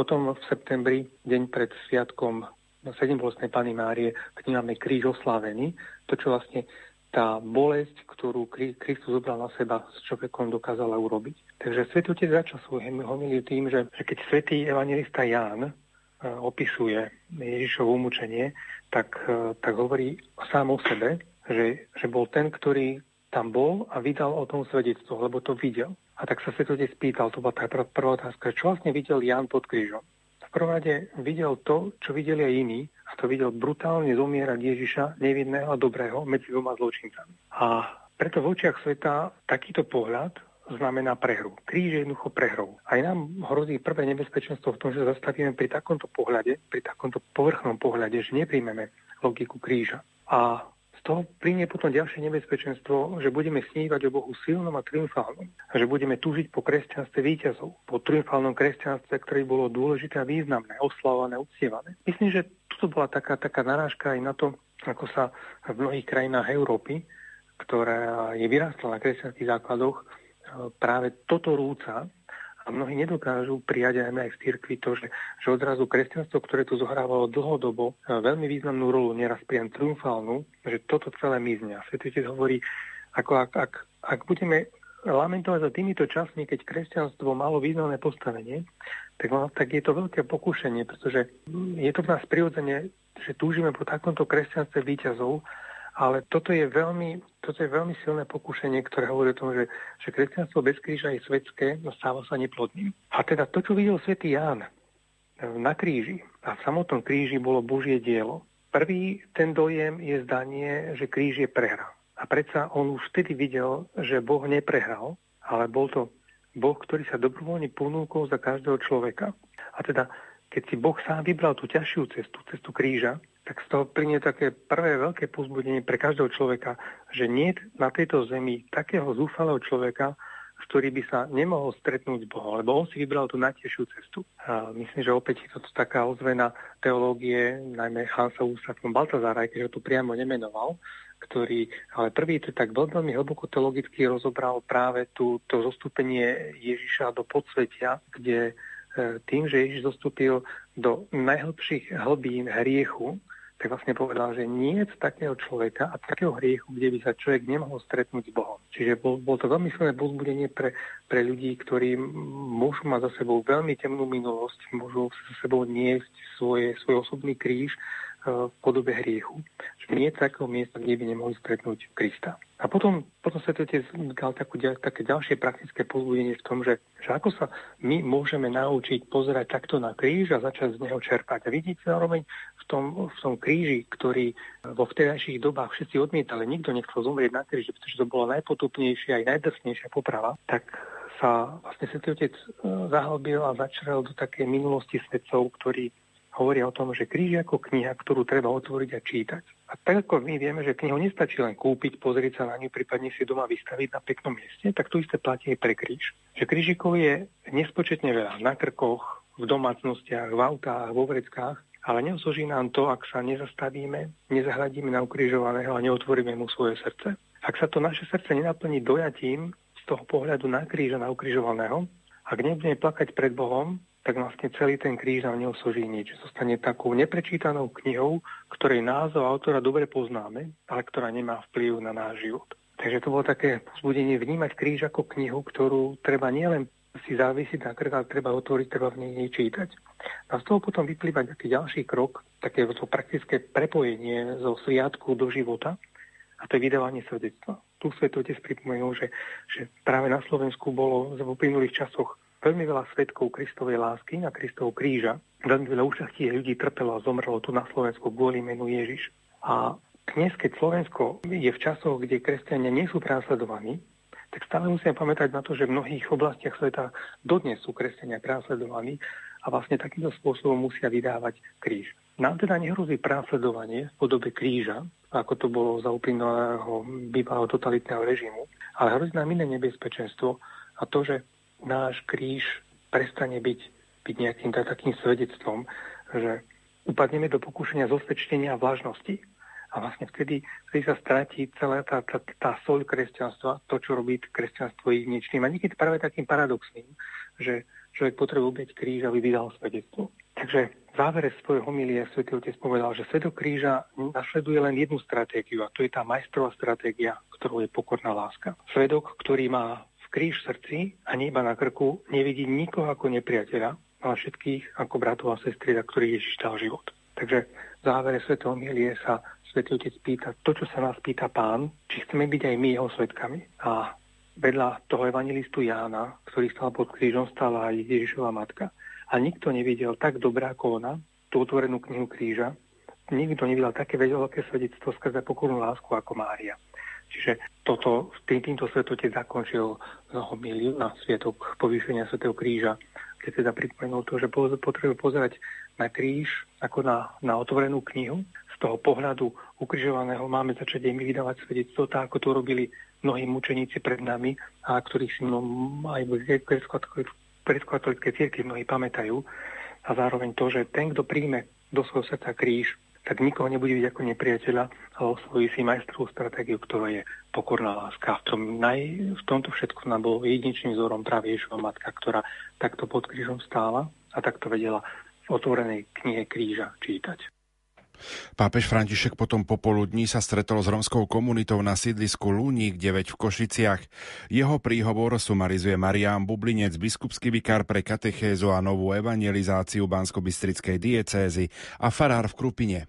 v septembri, deň pred sviatkom Sedembolestnej Panny Márie, keď máme kríž oslávený, to, čo vlastne tá bolesť, ktorú Kristus zobral na seba, s človekom dokázala urobiť. Takže Svätý Otec začal svoju homíliu tým, že keď svätý evanjelista Ján opisuje Ježišovo umučenie, tak hovorí sám o sebe, že bol ten, ktorý tam bol a vydal o tom svedectvo, lebo to videl. A tak sa Svätý Otec spýtal, to bola tá prvá otázka, čo vlastne videl Ján pod krížom. V prvom rade videl to, čo videli aj iní, a to videl brutálne zomierať Ježiša, nevinného a dobrého, medzi dvoma zločincami. A preto v očiach sveta takýto pohľad znamená prehru. Kríž je jednoducho prehrou. Aj nám hrozí prvé nebezpečenstvo v tom, že zastavíme pri takomto pohľade, pri takomto povrchnom pohľade, že nepríjmeme logiku kríža. A z toho plynie potom ďalšie nebezpečenstvo, že budeme snívať o Bohu silnom a triumfálnom. A že budeme túžiť po kresťanstve víťazov, po triumfálnom kresťanstve, ktoré bolo dôležité a významné, oslavované, uctievané. Myslím, že toto bola taká narážka aj na to, ako sa v mnohých krajinách Európy, ktorá je vyrástla na kresťanských základoch, práve toto rúca. A mnohí nedokážu prijať aj v cirkvi to, že odrazu kresťanstvo, ktoré tu zohrávalo dlhodobo veľmi významnú rolu, neraz priam triumfálnu, že toto celé mizne. A Svätý Otec hovorí, ak budeme lamentovať za týmito časmi, keď kresťanstvo malo významné postavenie, tak je to veľké pokušenie, pretože je to v nás prirodzene, že túžime po takomto kresťanstve víťazov, ale toto je veľmi silné pokušenie, ktoré hovorí o tom, že kresťanstvo bez kríža je svetské, no stáva sa neplodným. A teda to, čo videl svätý Ján na kríži, a v samotnom kríži bolo Božie dielo. Prvý ten dojem je zdanie, že kríž je prehra. A predsa on už vtedy videl, že Boh neprehral, ale bol to Boh, ktorý sa dobrovoľne ponúkol za každého človeka. A teda, keď si Boh sám vybral tú ťažšiu cestu kríža, tak z toho plynie také prvé veľké povzbudenie pre každého človeka, že nie na tejto zemi takého zúfalého človeka, ktorý by sa nemohol stretnúť s Bohom, lebo on si vybral tú najtežšiu cestu. A myslím, že opäť je to taká ozvena teológie, najmä Hansa Husa v Baltazára, keď ho tu priamo nemenoval, ktorý, ale prvý to tak veľmi hlboko teologicky rozobral práve to zostúpenie Ježiša do podsvetia, kde tým, že Ježiš zostúpil do najhlbších hlbín hriechu, tak vlastne povedal, že nie je takého človeka a takého hriechu, kde by sa človek nemohol stretnúť s Bohom. Čiže bol to veľmi silné povzbudenie pre ľudí, ktorí môžu mať za sebou veľmi temnú minulosť, môžu za sebou niesť svoj osobný kríž v podobe hriechu. Že nie je takého miesta, kde by nemohli stretnúť Krista. A potom Svätý Otec dal také ďalšie praktické povzbudenie v tom, že ako sa my môžeme naučiť pozerať takto na kríž a začať z neho čerpať. A vidíte zároveň v tom kríži, ktorý vo vtedajších dobách všetci odmietali, nikto nechcel zomrieť na kríži, pretože to bola najpotupnejšia aj najdrsnejšia poprava, tak sa vlastne Svätý Otec zahlbil a začrel do takej minulosti svetcov, ktorí hovoria o tom, že kríž je ako kniha, ktorú treba otvoriť a čítať. A tak ako my vieme, že knihu nestačí len kúpiť, pozrieť sa na ňu, prípadne si doma vystaviť na peknom mieste, tak to isté platí aj pre kríž. Že krížikov je nespočetne veľa na krkoch, v domácnostiach, v autách, vo vreckách, ale neosoží nám to, ak sa nezastavíme, nezahľadíme na ukrižovaného a neotvoríme mu svoje srdce. Ak sa to naše srdce nenaplní dojatím z toho pohľadu na kríža, na ukrižovaného, ak nebudeme plakať pred Bohom, tak vlastne celý ten kríž nám neosoží nič. Zostane takou neprečítanou knihou, ktorej názov autora dobre poznáme, ale ktorá nemá vplyv na náš život. Takže to bolo také povzbudenie vnímať kríž ako knihu, ktorú treba nielen si závisiť na krk, ale treba otvoriť, treba v nej čítať. A z toho potom vyplýva taký ďalší krok, také to praktické prepojenie zo sviatku do života, a to je vydávanie svedectva. Tu Svätý Otec pripomenul, že práve na Slovensku bolo v uplynulých časoch veľmi veľa svedkov Kristovej lásky a Kristovho kríža. Veľmi veľa ušľachtilých ľudí trpelo a zomrelo tu na Slovensku kvôli menu Ježiš. A dnes, keď Slovensko je v časoch, kde kresťania nie sú prenasledovaní, tak stále musíme pamätať na to, že v mnohých oblastiach sveta dodnes sú kresťania prenasledovaní a vlastne takýmto spôsobom musia vydávať kríž. Nám teda nehrozí prenasledovanie v podobe kríža, ako to bolo za uplynulého bývalého totalitného režimu, ale hrozí nám iné nebezpečenstvo a to, že náš kríž prestane byť nejakým takým svedectvom, že upadneme do pokúšania zosvedčenia vlažnosti. A vlastne vtedy sa stratí celá tá soľ kresťanstva, to, čo robí kresťanstvo jedinečným. A niekedy práve takým paradoxným, že človek potrebuje obieť kríž, aby vydal svedectvo. Takže v závere svojho homilie Svätý Otec povedal, že svedok kríža nasleduje len jednu stratégiu, a to je tá majstrová stratégia, ktorou je pokorná láska. Svedok, ktorý má kríž v srdci a nie iba na krku, nevidí nikoho ako nepriateľa, ale všetkých ako bratov a sestry, za ktorých Ježiš dal život. Takže v závere svätého homilie sa Svätý Otec pýta to, čo sa nás pýta Pán, či chceme byť aj my jeho svedkami. A vedľa toho evangelistu Jána, ktorý stal pod krížom, stala aj Ježišova matka. A nikto nevidel tak dobre ako ona tú otvorenú knihu kríža. Nikto nevidel také veľké svedectvo skrze pokornú lásku ako Mária. Čiže týmto Svätý Otec zakončil homíliu na sviatok povýšenia Svätého kríža, kde teda pripomenul to, že potrebuje pozerať na kríž ako na otvorenú knihu. Z toho pohľadu ukrižovaného máme začať aj my vydávať svedectvo, tak ako to robili mnohí mučeníci pred nami, a ktorých si aj v grécko-katolíckej cirkvi mnohí pamätajú. A zároveň to, že ten, kto príjme do svojho srdca kríž, tak nikoho nebude vidieť ako nepriateľa, ale osvojí si majstrovú stratégiu, ktorá je pokorná láska. V tomto všetko nám bol jedinečným vzorom práve Ježišova matka, ktorá takto pod krížom stála a takto vedela v otvorenej knihe kríža čítať. Pápež František potom popoludní sa stretol s rómskou komunitou na sídlisku Luník 9 v Košiciach. Jeho príhovor sumarizuje Marián Bublinec, biskupský vikár pre katechézu a novú evangelizáciu Banskobystrickej diecézy a farár v Krupine.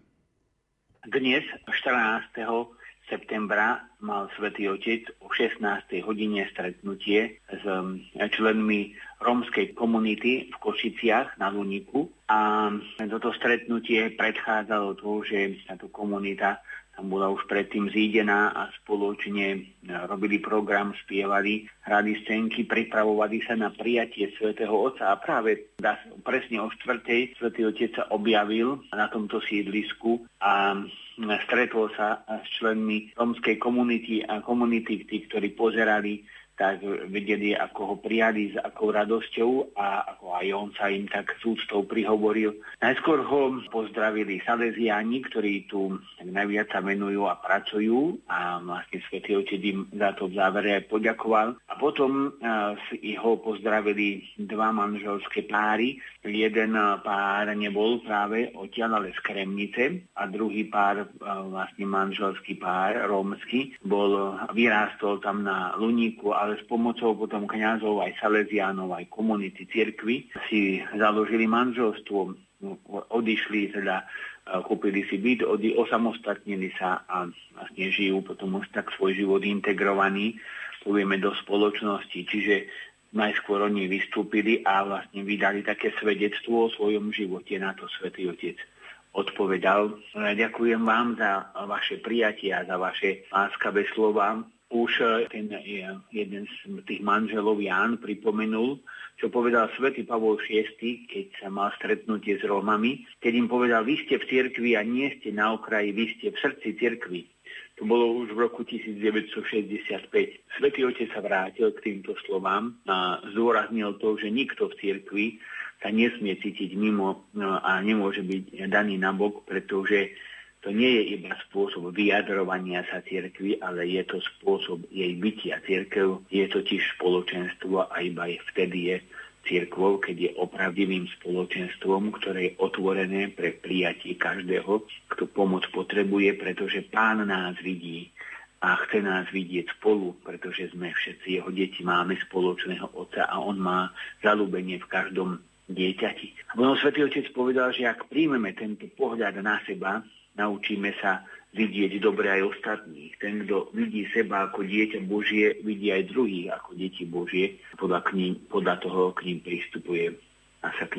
Dnes, 14. septembra, mal Svätý Otec o 16. hodine stretnutie s členmi rómskej komunity v Košiciach na Luníku. A toto stretnutie predchádzalo to, že táto komunita tam bola už predtým zídená a spoločne robili program, spievali, hrali scénky, pripravovali sa na prijatie Svätého Otca. A práve presne o 4:00 Svätý Otec sa objavil na tomto sídlisku a stretol sa s členmi rómskej komunity a komunity, tí, ktorí pozerali, tak vedeli, ako ho prijali s akou radosťou a ako aj on sa im tak s úctou prihovoril. Najskôr ho pozdravili Salesiáni, ktorí tu najviac sa venujú a pracujú a vlastne Svätý Otec im za to v závere aj poďakoval. A potom ho pozdravili dva manželské páry. Jeden pár nebol práve odtiaľ, ale z Kremnice a druhý pár, vlastne manželský pár rómsky, vyrástol tam na Luníku, ale s pomocou potom kňazov, aj salesiánov, aj komunity cirkvi si založili manželstvo, odišli, teda kúpili si byt, osamostatnili sa a vlastne žijú potom už tak svoj život integrovaný, povieme, do spoločnosti. Čiže najskôr oni vystúpili a vlastne vydali také svedectvo o svojom živote. Na to Svätý Otec odpovedal: ďakujem vám za vaše prijatie a za vaše láskavé slova. Už ten jeden z tých manželov, Ján, pripomenul, čo povedal svätý Pavol VI, keď sa mal stretnutie s Rómami, keď im povedal: vy ste v cirkvi a nie ste na okraji, vy ste v srdci cirkvi. To bolo už v roku 1965. Svätý Otec sa vrátil k týmto slovám a zdôraznil to, že nikto v cirkvi sa nesmie cítiť mimo a nemôže byť daný nabok, pretože to nie je iba spôsob vyjadrovania sa cirkvi, ale je to spôsob jej bytia. Cirkev je totiž spoločenstvo a iba vtedy je cirkvou, keď je opravdivým spoločenstvom, ktoré je otvorené pre prijatie každého, kto pomoc potrebuje, pretože Pán nás vidí a chce nás vidieť spolu, pretože sme všetci jeho deti, máme spoločného Otca a on má zaľúbenie v každom dieťati. A potom Svätý Otec povedal, že ak príjmeme tento pohľad na seba, naučíme sa vidieť dobre aj ostatných. Ten, kto vidí seba ako dieťa Božie, vidí aj druhých ako deti Božie. Podľa toho k ním pristupuje a sa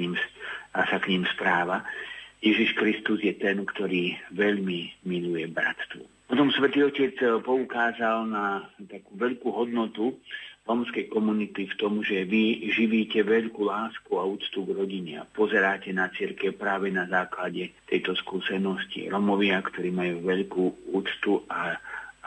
k ním správa. Ježiš Kristus je ten, ktorý veľmi miluje bratstvo. Potom Svätý Otec poukázal na takú veľkú hodnotu rómskej komunity v tom, že vy živíte veľkú lásku a úctu k rodine a pozeráte na cirkev práve na základe tejto skúsenosti. Rómovia, ktorí majú veľkú úctu a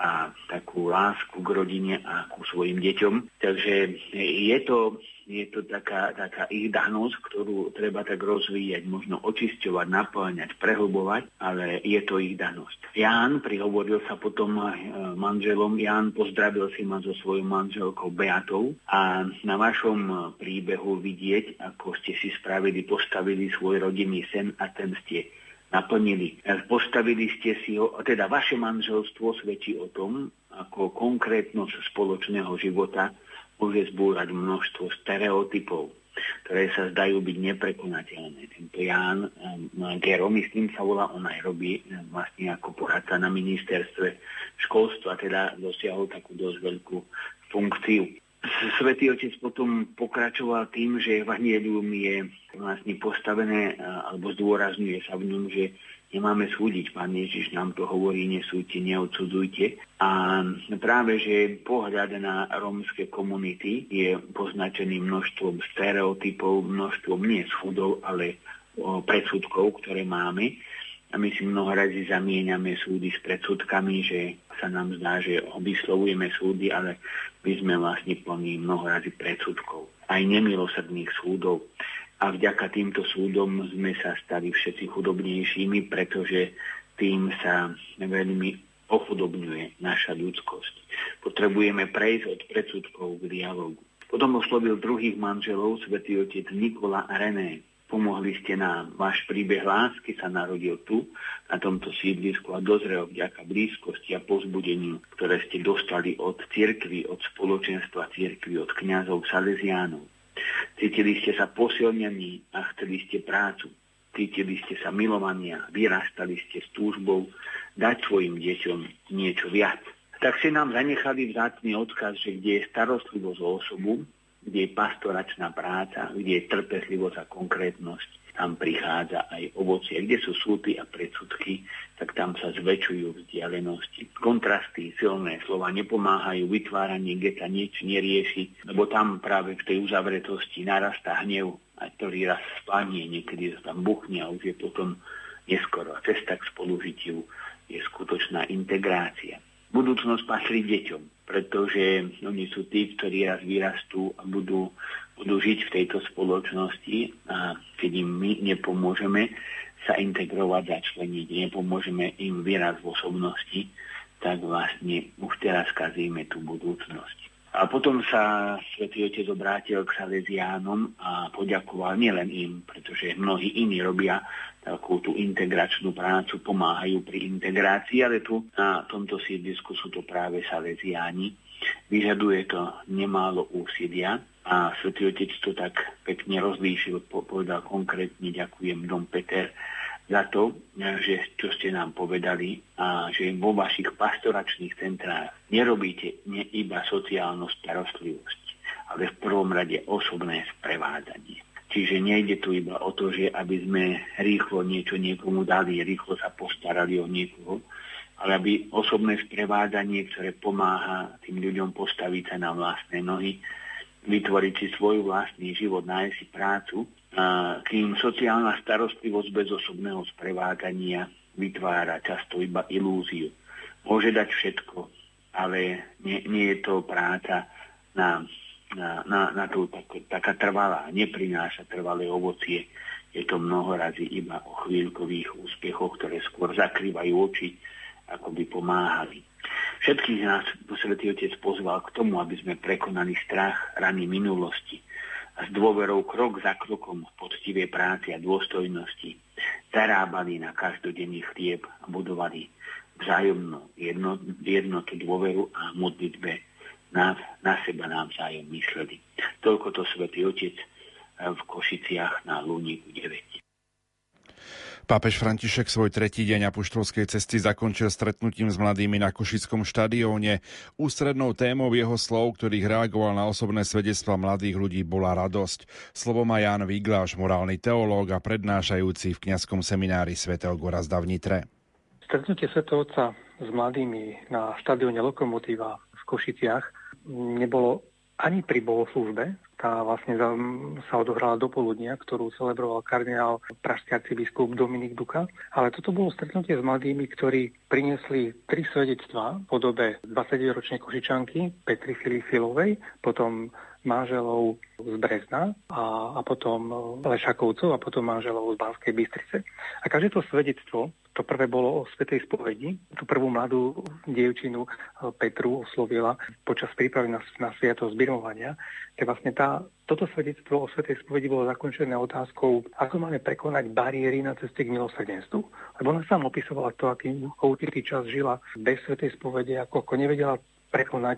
takú lásku k rodine a ku svojim deťom. Takže je to taká ich danosť, ktorú treba tak rozvíjať, možno očisťovať, naplňať, prehlbovať, ale je to ich danosť. Ján prihovoril sa potom manželom. Ján pozdravil si ma so svojou manželkou Beatou a na vašom príbehu vidieť, ako ste si postavili svoj rodinný sen a ten ste naplnili. Postavili ste si ho, teda vaše manželstvo svedčí o tom, ako konkrétnosť spoločného života môže zbúrať množstvo stereotypov, ktoré sa zdajú byť neprekonateľné. Tento Ján Gero, myslím sa volá, on aj robí vlastne ako poradca na ministerstve školstva, teda dosiahol takú dosť veľkú funkciu. Svätý Otec potom pokračoval tým, že evanjelium je vlastne postavené, alebo zdôrazňuje sa v ňom, že nemáme súdiť. Pán Ježiš nám to hovorí: nesúďte, neodsudzujte. A práve, že pohľad na rómske komunity je poznačený množstvom stereotypov, množstvom nie súdov, ale predsudkov, ktoré máme. A my si mnoho razy zamieňame súdy s predsudkami, že sa nám zdá, že vyslovujeme súdy, ale my sme vlastne plní mnoho razy predsudkov. Aj nemilosrdných súdov. A vďaka týmto súdom sme sa stali všetci chudobnejšími, pretože tým sa veľmi ochudobňuje naša ľudskosť. Potrebujeme prejsť od predsudkov k dialógu. Potom oslovil druhých manželov, Svätý Otec Nikola a René. Pomohli ste nám. Váš príbeh lásky sa narodil tu, na tomto sídlisku a dozrel vďaka blízkosti a povzbudeniu, ktoré ste dostali od cirkvi, od spoločenstva cirkvi, od kňazov salesiánov. Cítili ste sa posilnení a chceli ste prácu. Cítili ste sa milovaní a vyrastali ste s túžbou dať svojim deťom niečo viac. Tak ste nám zanechali vzácny odkaz, že kde je starostlivosť o osobu, kde je pastoračná práca, kde je trpezlivosť a konkrétnosť, tam prichádza aj ovocie. Kde sú súdy a predsudky, tak tam sa zväčšujú vzdialenosti. Kontrasty, silné slova nepomáhajú, vytváranie geta nič nerieši, lebo tam práve v tej uzavretosti narastá hnev, a ktorý raz spánie, niekedy sa tam buchne a už je potom neskoro. Cesta k spolužitiu je skutočná integrácia. Budúcnosť patrí deťom, pretože oni sú tí, ktorí raz vyrastú a budú žiť v tejto spoločnosti a keď im my nepomôžeme sa integrovať, začleniť, nepomôžeme im vyrásť v osobnosti, tak vlastne už teraz kazíme tú budúcnosť. A potom sa Svätý Otec obrátil k Salesiánom a poďakoval nielen im, pretože mnohí iní robia takú tú integračnú prácu, pomáhajú pri integrácii, ale tu na tomto sídlisku sú to práve Salesiáni. Vyžaduje to nemálo úsilia a Svätý Otec to tak pekne rozlíšil, povedal konkrétne: ďakujem Dom Peter za to, že čo ste nám povedali a že vo vašich pastoračných centrách nerobíte iba sociálnu starostlivosť, ale v prvom rade osobné sprevádzanie. Čiže nejde tu iba o to, že aby sme rýchlo niečo niekomu dali, rýchlo sa postarali o niekoho, ale aby osobné sprevádzanie, ktoré pomáha tým ľuďom postaviť sa na vlastné nohy, vytvoriť si svoj vlastný život, nájsť si prácu, a kým sociálna starostlivosť bez osobného sprevádzania vytvára často iba ilúziu. Môže dať všetko, ale nie je to práca na to taká trvalá, neprináša trvalé ovocie. Je to mnoho razy iba o chvíľkových úspechoch, ktoré skôr zakrývajú oči, ako by pomáhali. Všetkých nás Svätý Otec pozval k tomu, aby sme prekonali strach, rany minulosti a s dôverou krok za krokom v poctivej práci a dôstojnosti zarábali na každodenný chlieb a budovali vzájomnú jednotu, dôveru a modlitbe na seba navzájom mysleli. Toľko to Svätý Otec v Košiciach na Luníku 9. Pápež František svoj tretí deň apoštolskej cesty zakončil stretnutím s mladými na Košickom štadióne. Ústrednou témou jeho slov, ktorých reagoval na osobné svedectvá mladých ľudí, bola radosť. Slovo má Ján Vigláš, morálny teológ a prednášajúci v kňazskom seminári svätého Gorazda v Nitre. Stretnutie svätého Otca s mladými na štadióne Lokomotíva v Košiciach nebolo ani pri bohoslúžbe. Tá vlastne sa odohrala do poludnia, ktorú celebroval kardinál pražský arcibiskup Dominik Duka. Ale toto bolo stretnutie s mladými, ktorí priniesli 3 svedectvá v podobe 29-ročnej Košičanky Petry Filifilovej, potom manželov z Brezna a potom Lešakovcov a potom manželov z Banskej Bystrice. A každé to svedectvo, to prvé bolo o svätej spovedi. Tú prvú mladú dievčinu Petru oslovila počas prípravy na sviatosť birmovania. Tak vlastne toto svedectvo o svätej spovedi bolo zakončené otázkou, ako máme prekonať bariéry na ceste k milosrdenstvu. Lebo ona sám opisovala to, aký určitý čas žila bez svätej spovede, ako nevedela prekonať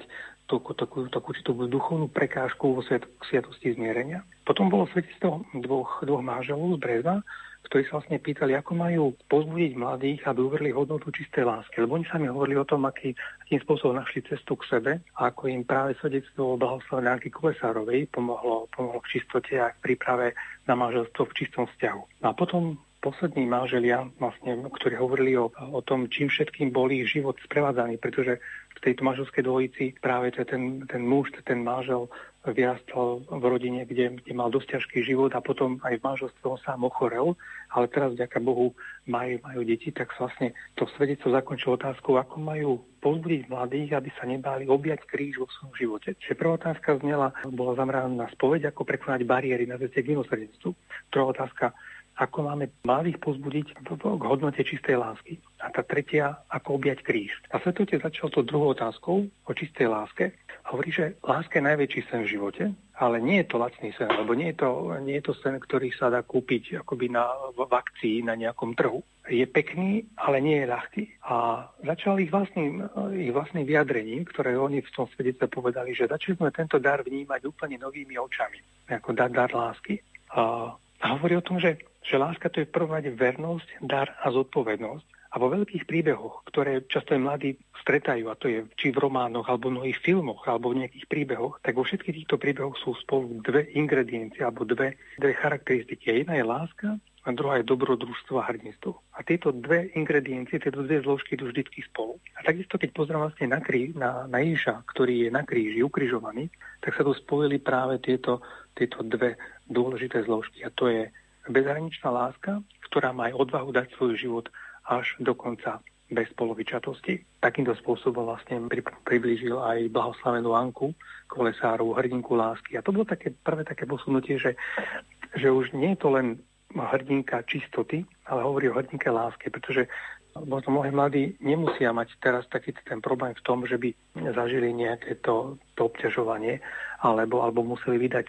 takú duchovnú prekážku vo sviatosti zmierenia. Potom bolo svedectvo dvoch manželov z Brezna, ktorí sa vlastne pýtali, ako majú povzbudiť mladých, aby uverili hodnotu čistej lásky. Lebo oni sami hovorili o tom, akým spôsobom našli cestu k sebe a ako im práve svedectvo blahoslavenej Anky Kolesárovej pomohlo k čistote a k príprave na manželstvo v čistom vzťahu. A potom poslední manželia, vlastne, ktorí hovorili o tom, čím všetkým bol ich život sprevádzaný, pretože v tejto manželskej dvojici práve ten muž, ten manžel vyrastal v rodine, kde mal dosť ťažký život a potom aj v manželstve on sám ochorel, ale teraz vďaka Bohu majú deti, tak vlastne to svedectvo zakončilo otázkou, ako majú povzbudiť mladých, aby sa nebáli objať kríž vo svojom živote. Čiže prvá otázka bola zameraná na spoveď, ako prekonať bariéry na ceste k milosrdenstvu. Druhá otázka, ako máme mladých povzbudiť k hodnote čistej lásky. A tá tretia, ako objať kríž. A Svätý Otec začal to druhou otázkou o čistej láske. Hovorí, že láska je najväčší sen v živote, ale nie je to lacný sen, lebo nie je to sen, ktorý sa dá kúpiť akoby v akcii na nejakom trhu. Je pekný, ale nie je ľahký. A začal ich vlastným vyjadrením, ktoré oni v tom svedectve povedali, že začali sme tento dar vnímať úplne novými očami, ako dar lásky. A hovorí o tom, že láska to je v prvom rade vernosť, dar a zodpovednosť. A vo veľkých príbehoch, ktoré často aj mladí stretajú, a to je či v románoch, alebo v mnohých filmoch, alebo v nejakých príbehoch, tak vo všetkých týchto príbehoch sú spolu dve ingrediencie, alebo dve charakteristiky. Jedna je láska a druhá je dobrodružstvo a hrdinstvo. A tieto dve ingrediencie, tieto dve zložky idú vždycky spolu. A takisto, keď pozriem vlastne na Ježiša, ktorý je na kríži, ukrižovaný, tak sa tu spojili práve tieto dve dôležité zložky. A to je bezhraničná láska, ktorá má aj odvahu dať svoj život až do konca bez polovičatosti. Takýmto spôsobom vlastne priblížil aj blahoslavenú Anku Kolesárovú, hrdinku lásky. A to bolo prvé také posunutie, že už nie je to len hrdinka čistoty, ale hovorí o hrdinke lásky, pretože možno mnohí mladí nemusia mať teraz taký ten problém v tom, že by zažili nejaké to obťažovanie, alebo museli vydať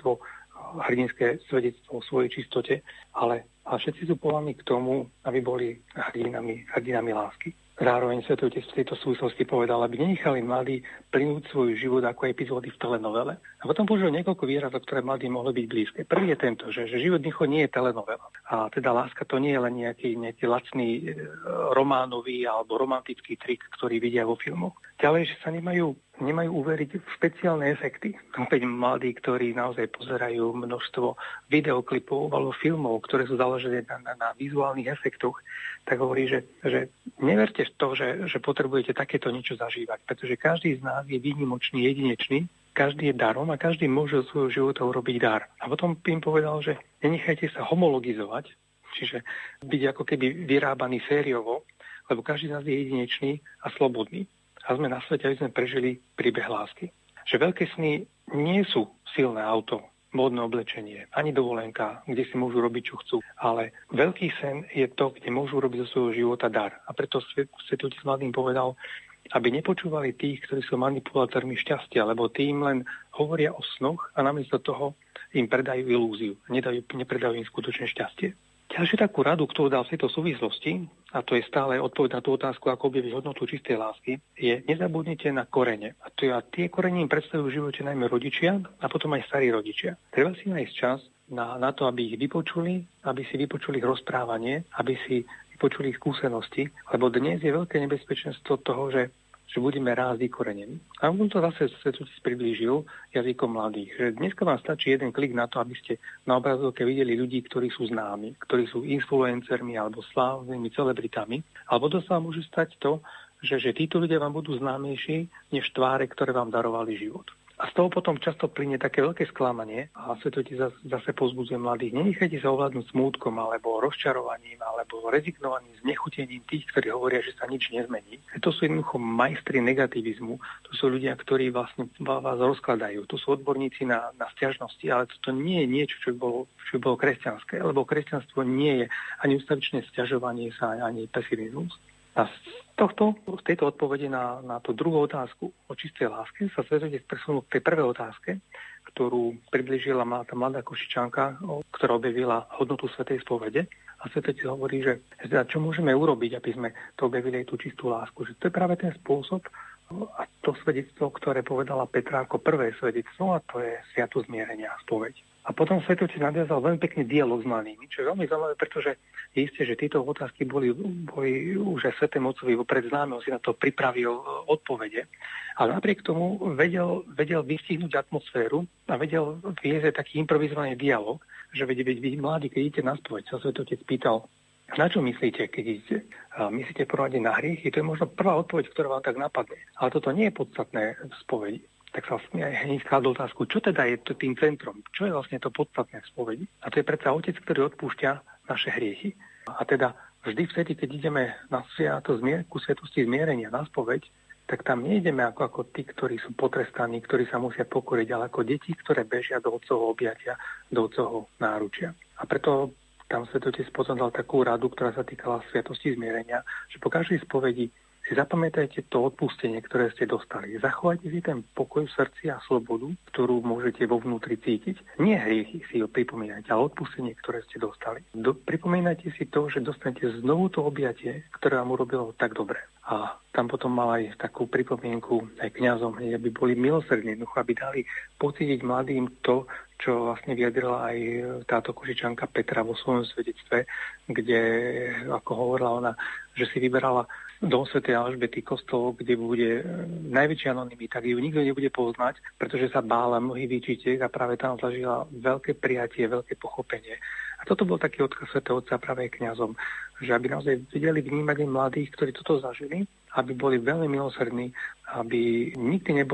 hrdinské svedectvo o svojej čistote, ale všetci sú povolaní k tomu, aby boli hrdinami lásky. Zároveň Svätý Otec v tejto súvislosti povedal, aby nenechali mladí plynúť svoj život ako epizódy v telenovele. A potom použil niekoľko výrazov, ktoré mladí mohli byť blízke. Prvý je tento, že život nie je telenovela. A teda láska to nie je len nejaký lacný románový alebo romantický trik, ktorý vidia vo filmoch. Ďalej, že sa nemajú uveriť v špeciálne efekty. Opäť mladí, ktorí naozaj pozerajú množstvo videoklipov alebo filmov, ktoré sú založené na vizuálnych efektoch, tak hovorí, že neverte v to, že potrebujete takéto niečo zažívať, pretože každý z nás je výnimočný, jedinečný, každý je darom a každý môže zo svojho života urobiť dar. A potom im povedal, že nenechajte sa homologizovať, čiže byť ako keby vyrábaný sériovo, lebo každý z nás je jedinečný a slobodný. A sme na svete, aby sme prežili príbeh lásky. Že veľké sny nie sú silné auto, módne oblečenie, ani dovolenka, kde si môžu robiť, čo chcú. Ale veľký sen je to, kde môžu robiť zo svojho života dar. A preto Svätý Otec mladým povedal, aby nepočúvali tých, ktorí sú manipulátormi šťastia, lebo tým len hovoria o snoch a namiesto toho im predajú ilúziu. Nepredajú im skutočné šťastie. Ďalšiu takú radu, ktorú dal v tejto súvislosti, a to je stále odpoveď na tú otázku, ako objaviť hodnotu čistej lásky, je nezabudnite na korene. A tie korene im predstavujú v živote najmä rodičia a potom aj starí rodičia. Treba si nájsť čas na to, aby ich vypočuli, aby si vypočuli ich rozprávanie, aby si vypočuli ich skúsenosti, lebo dnes je veľké nebezpečenstvo toho, že budeme raz vykorenení. A on to zase Svätý Otec priblížil jazykom mladých, že dneska vám stačí jeden klik na to, aby ste na obrazovke videli ľudí, ktorí sú známi, ktorí sú influencermi alebo slávnymi celebritami, alebo to sa môže stať to, že títo ľudia vám budú známejší než tváre, ktoré vám darovali život. A z toho potom často plynie také veľké sklamanie a Svätý Otec zase povzbudzuje mladých. Nenechajte sa ovládnuť smútkom alebo rozčarovaním alebo rezignovaním, znechutením tých, ktorí hovoria, že sa nič nezmení. To sú jednoducho majstri negativizmu. To sú ľudia, ktorí vlastne vás rozkladajú. To sú odborníci na sťažnosti, ale to nie je niečo, čo by bolo kresťanské, lebo kresťanstvo nie je ani ustavičné sťažovanie sa, ani pesimizmus. A z tejto odpovede na tú druhú otázku o čistej láske sa Svätý Otec presunul k tej prvej otázke, ktorú priblížila tá mladá Košičanka, ktorá objavila hodnotu svätej spovede. A Svätý Otec hovorí, že čo môžeme urobiť, aby sme to objavili aj tú čistú lásku. Že to je práve ten spôsob a to svedectvo, ktoré povedala Petra ako prvé svedectvo, a to je sviatosť zmierenia, spoveď. A potom Svätý Otec nadviazal veľmi pekný dialog s mladými, čo je veľmi zaujímavé, pretože je isté, že tieto otázky boli už aj Svätému Otcovi vopred známe, on si na to pripravil odpovede. Ale napriek tomu vedel vystihnúť atmosféru a vedel viesť taký improvizovaný dialog, že vy mladí, keď idete na spoveď, sa Svätý Otec pýtal, na čo myslíte, keď idete? Myslíte prvorade na hriechy? To je možno prvá odpoveď, ktorá vám tak napadne. Ale toto nie je podstatné v spovedi. Tak sa hneď skladol otázku, čo teda je to tým centrom? Čo je vlastne to podstatné v spovedi? A to je predsa Otec, ktorý odpúšťa naše hriechy. A teda vždy vtedy, keď ideme na ku sviatosti zmierenia, na spoveď, tak tam nejdeme ako tí, ktorí sú potrestaní, ktorí sa musia pokoriť, ale ako deti, ktoré bežia do Otcovho objatia, do Otcovho náručia. A preto tam Svätý Otec potom dal takú radu, ktorá sa týkala sviatosti zmierenia, že po každej spovedi si zapamätajte to odpustenie, ktoré ste dostali. Zachovajte si ten pokoj v srdci a slobodu, ktorú môžete vo vnútri cítiť. Nie hriechy si ho pripomínajte, ale odpustenie, ktoré ste dostali. Pripomínajte si to, že dostanete znovu to objatie, ktoré vám urobilo tak dobre. A tam potom mal aj takú pripomienku aj kňazom, aby boli milosrdní, aby dali pocítiť mladým to, čo vlastne vyjadrila aj táto Košičanka Petra vo svojom svedectve, kde, ako hovorila ona, že si vyberala dom svätej Alžbety, kostol, kde bude najväčšia anonymita, kde ju nikto nebude poznať, pretože sa bála mnohých výčitiek a práve tam zažila veľké prijatie, veľké pochopenie. A toto bol taký odkaz Svätého Otca práve kňazom, že aby naozaj vedeli vnímať aj mladých, ktorí toto zažili, aby boli veľmi milosrdní, aby nikdy neboli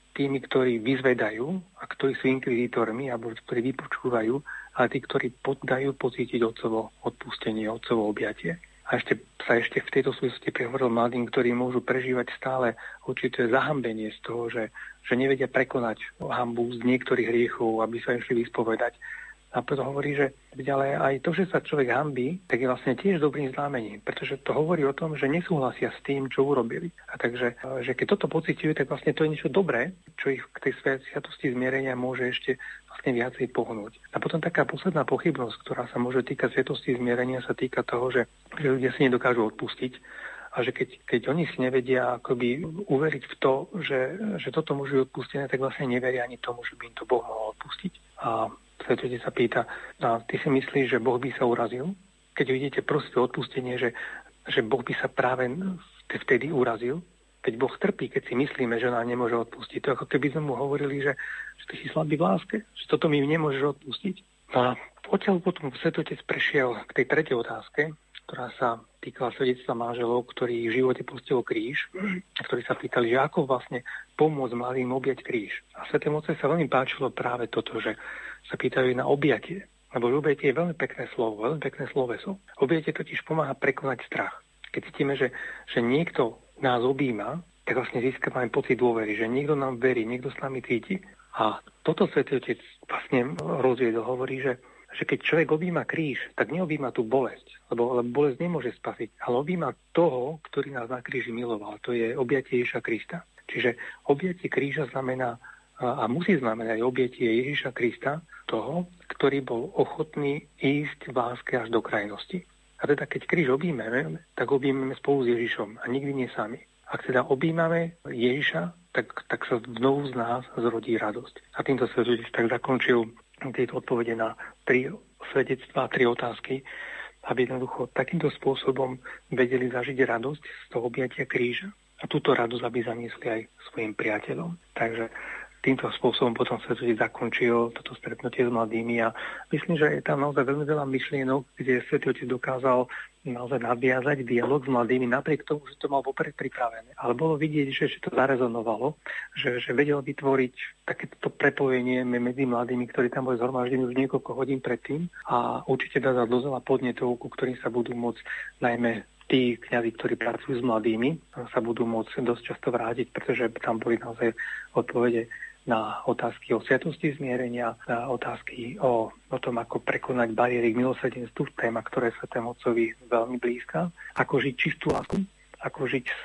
tými, ktorí vyzvedajú a ktorí sú inkvizítormi alebo ktorí vypočúvajú, ale tí, ktorí dajú pocítiť otcovo odpustenie, otcovo objatie. A ešte v tejto súvislosti prehovoril mladým, ktorí môžu prežívať stále určité zahambenie z toho, že nevedia prekonať hanbu z niektorých hriechov, aby sa išli vyspovedať. A preto hovorí, že ale aj to, že sa človek hanbí, tak je vlastne tiež dobrým znamením, pretože to hovorí o tom, že nesúhlasia s tým, čo urobili. A takže, že keď toto pociťujú, tak vlastne to je niečo dobré, čo ich k tej sviatosti zmierenia môže ešte vlastne viacej pohnúť. A potom taká posledná pochybnosť, ktorá sa môže týkať sviatosti zmierenia, sa týka toho, že ľudia si nedokážu odpustiť a že keď oni si nevedia akoby uveriť v to, že toto môže byť odpustené, tak vlastne neveria ani tomu, že by im to Boh mohol odpustiť. A Svätý sa pýta, a ty si myslíš, že Boh by sa urazil? Keď vidíte prosiť o odpustenie, že Boh by sa práve vtedy urazil? Keď Boh trpí, keď si myslíme, že nám nemôže odpustiť. To ako keby sme mu hovorili, že ty si slabý v láske, že toto mi nemôžeš odpustiť. No a odtiaľ potom Svätý Otec prešiel k tej tretej otázke, ktorá sa týkala svedectva manželov, ktorí v živote postihol kríž, ktorí sa pýtali, že ako vlastne pomôcť mladým objať kríž. A Svätému Otcovi sa veľmi páčilo práve toto, že sa pýtajú na objatie. Lebo objatie je veľmi pekné slovo, veľmi pekné sloveso. Objatie totiž pomáha prekonať strach. Keď cítime, že niekto nás objíma, tak vlastne získame pocit dôvery, že niekto nám verí, niekto s nami cíti. A toto Svätý Otec vlastne rozviedol, hovorí, že keď človek objíma kríž, tak neobjíma tú bolesť, lebo bolesť nemôže spasiť, ale objíma toho, ktorý nás na kríži miloval. To je objatie Ježiša Krista. Čiže objatie kríža znamená a musí znamenať objatie Ježiša Krista, toho, ktorý bol ochotný ísť v láske až do krajnosti. A teda keď kríž objímeme, tak objímeme spolu s Ježišom a nikdy nie sami. Ak teda objímame Ježiša, tak sa znovu z nás zrodí radosť. A týmto Svätý Otec tak zakončil tieto odpovede na 3 svedectvá, 3 otázky, aby jednoducho takýmto spôsobom vedeli zažiť radosť z toho objatia kríža a túto radosť, aby zaniesli aj svojim priateľom. Takže týmto spôsobom potom Svätý Otec zakončil toto stretnutie s mladými a myslím, že je tam naozaj veľmi veľa myšlienok, kde Svätý Otec dokázal naozaj nadviazať dialog s mladými, napriek tomu, že to mal vopred pripravené. Ale bolo vidieť, že to zarezonovalo, že vedel vytvoriť takéto prepojenie medzi mladými, ktorí tam boli zhromaždení už niekoľko hodín predtým a určite dá dosť podnetov, ku ktorým sa budú môcť najmä tí kňazi, ktorí pracujú s mladými, sa budú môcť dosť často vrátiť, pretože tam boli naozaj odpovede na otázky o sviatosti zmierenia, na otázky o tom, ako prekonať bariéry k milosrdenstvu, téma, ktoré sa Svätému Otcovi veľmi blízka, ako žiť čistú lásku, ako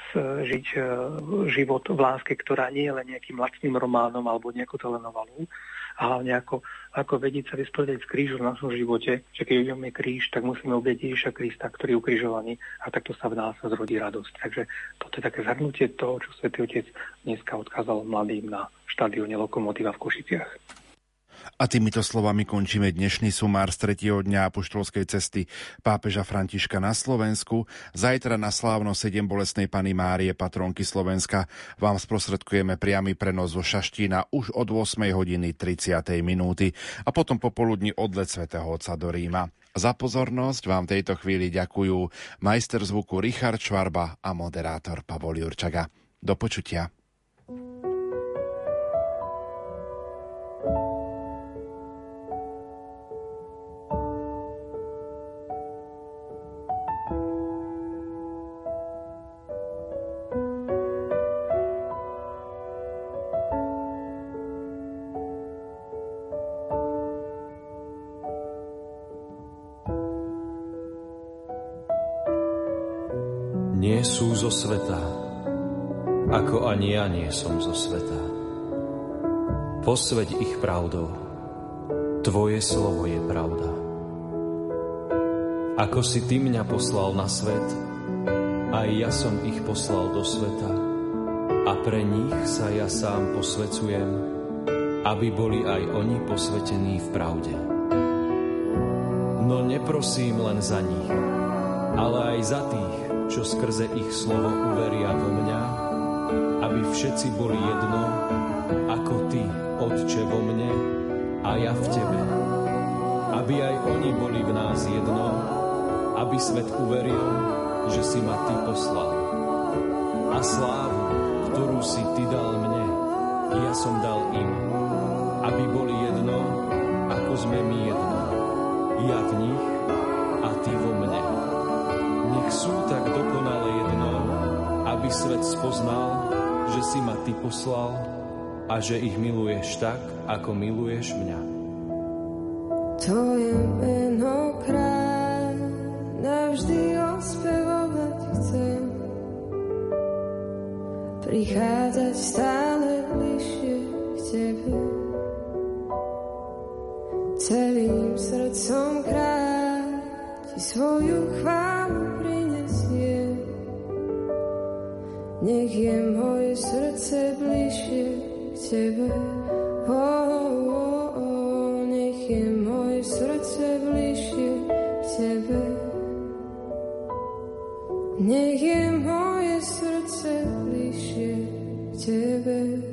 žiť život v láske, ktorá nie je len nejakým lačným románom alebo nejakou telenovelou, ale ako vedieť sa vysporiadať s krížom v našom živote, že keď ideme kríž, tak musíme objať Ježiša Krista, ktorý je ukrižovaný a takto sa v nás zrodí radosť. Takže toto je také zhrnutie toho, čo Svätý Otec dneska odkázal mladým na štadióne Lokomotíva v Košiciach. A týmito slovami končíme dnešný sumár z 3. dňa apoštolskej cesty pápeža Františka na Slovensku. Zajtra na slávno 7 bolestnej Panny Márie, patronky Slovenska, vám sprostredkujeme priamy prenos zo Šaštína už od 8:30 a potom popoludní odlet svätého Otca do Ríma. Za pozornosť vám tejto chvíli ďakujú majster zvuku Richard Švarba a moderátor Pavol Jurčaga. Do počutia. Nie sú zo sveta, ako ani ja nie som zo sveta. Posväť ich pravdou, Tvoje slovo je pravda. Ako si Ty mňa poslal na svet, aj ja som ich poslal do sveta a pre nich sa ja sám posväcujem, aby boli aj oni posvetení v pravde. No neprosím len za nich, ale aj za tých, čo skrze ich slovo uveria vo mňa, aby všetci boli jedno, ako Ty, Otče, vo mne a ja v Tebe. Aby aj oni boli v nás jedno, aby svet uveril, že si ma Ty poslal. A slávu, ktorú si Ty dal mne, ja som dal im, aby boli jedno, ako sme my jedno. Ja v nich a ty vo mne. Nech sú tak dokonale jedno, aby svet spoznal, že si ma ty poslal a že ich miluješ tak, ako miluješ mňa. Tvoje meno kráľ navždy ospevovať chcem, prichádzať stále bližšie k tebe. Celým srdcom kráľ ti svoju chválu prinesiem. Nech je moje srdce bližšie k tebe. Nech je moje srdce bližšie k tebe. Nech je moje srdce bližšie k tebe.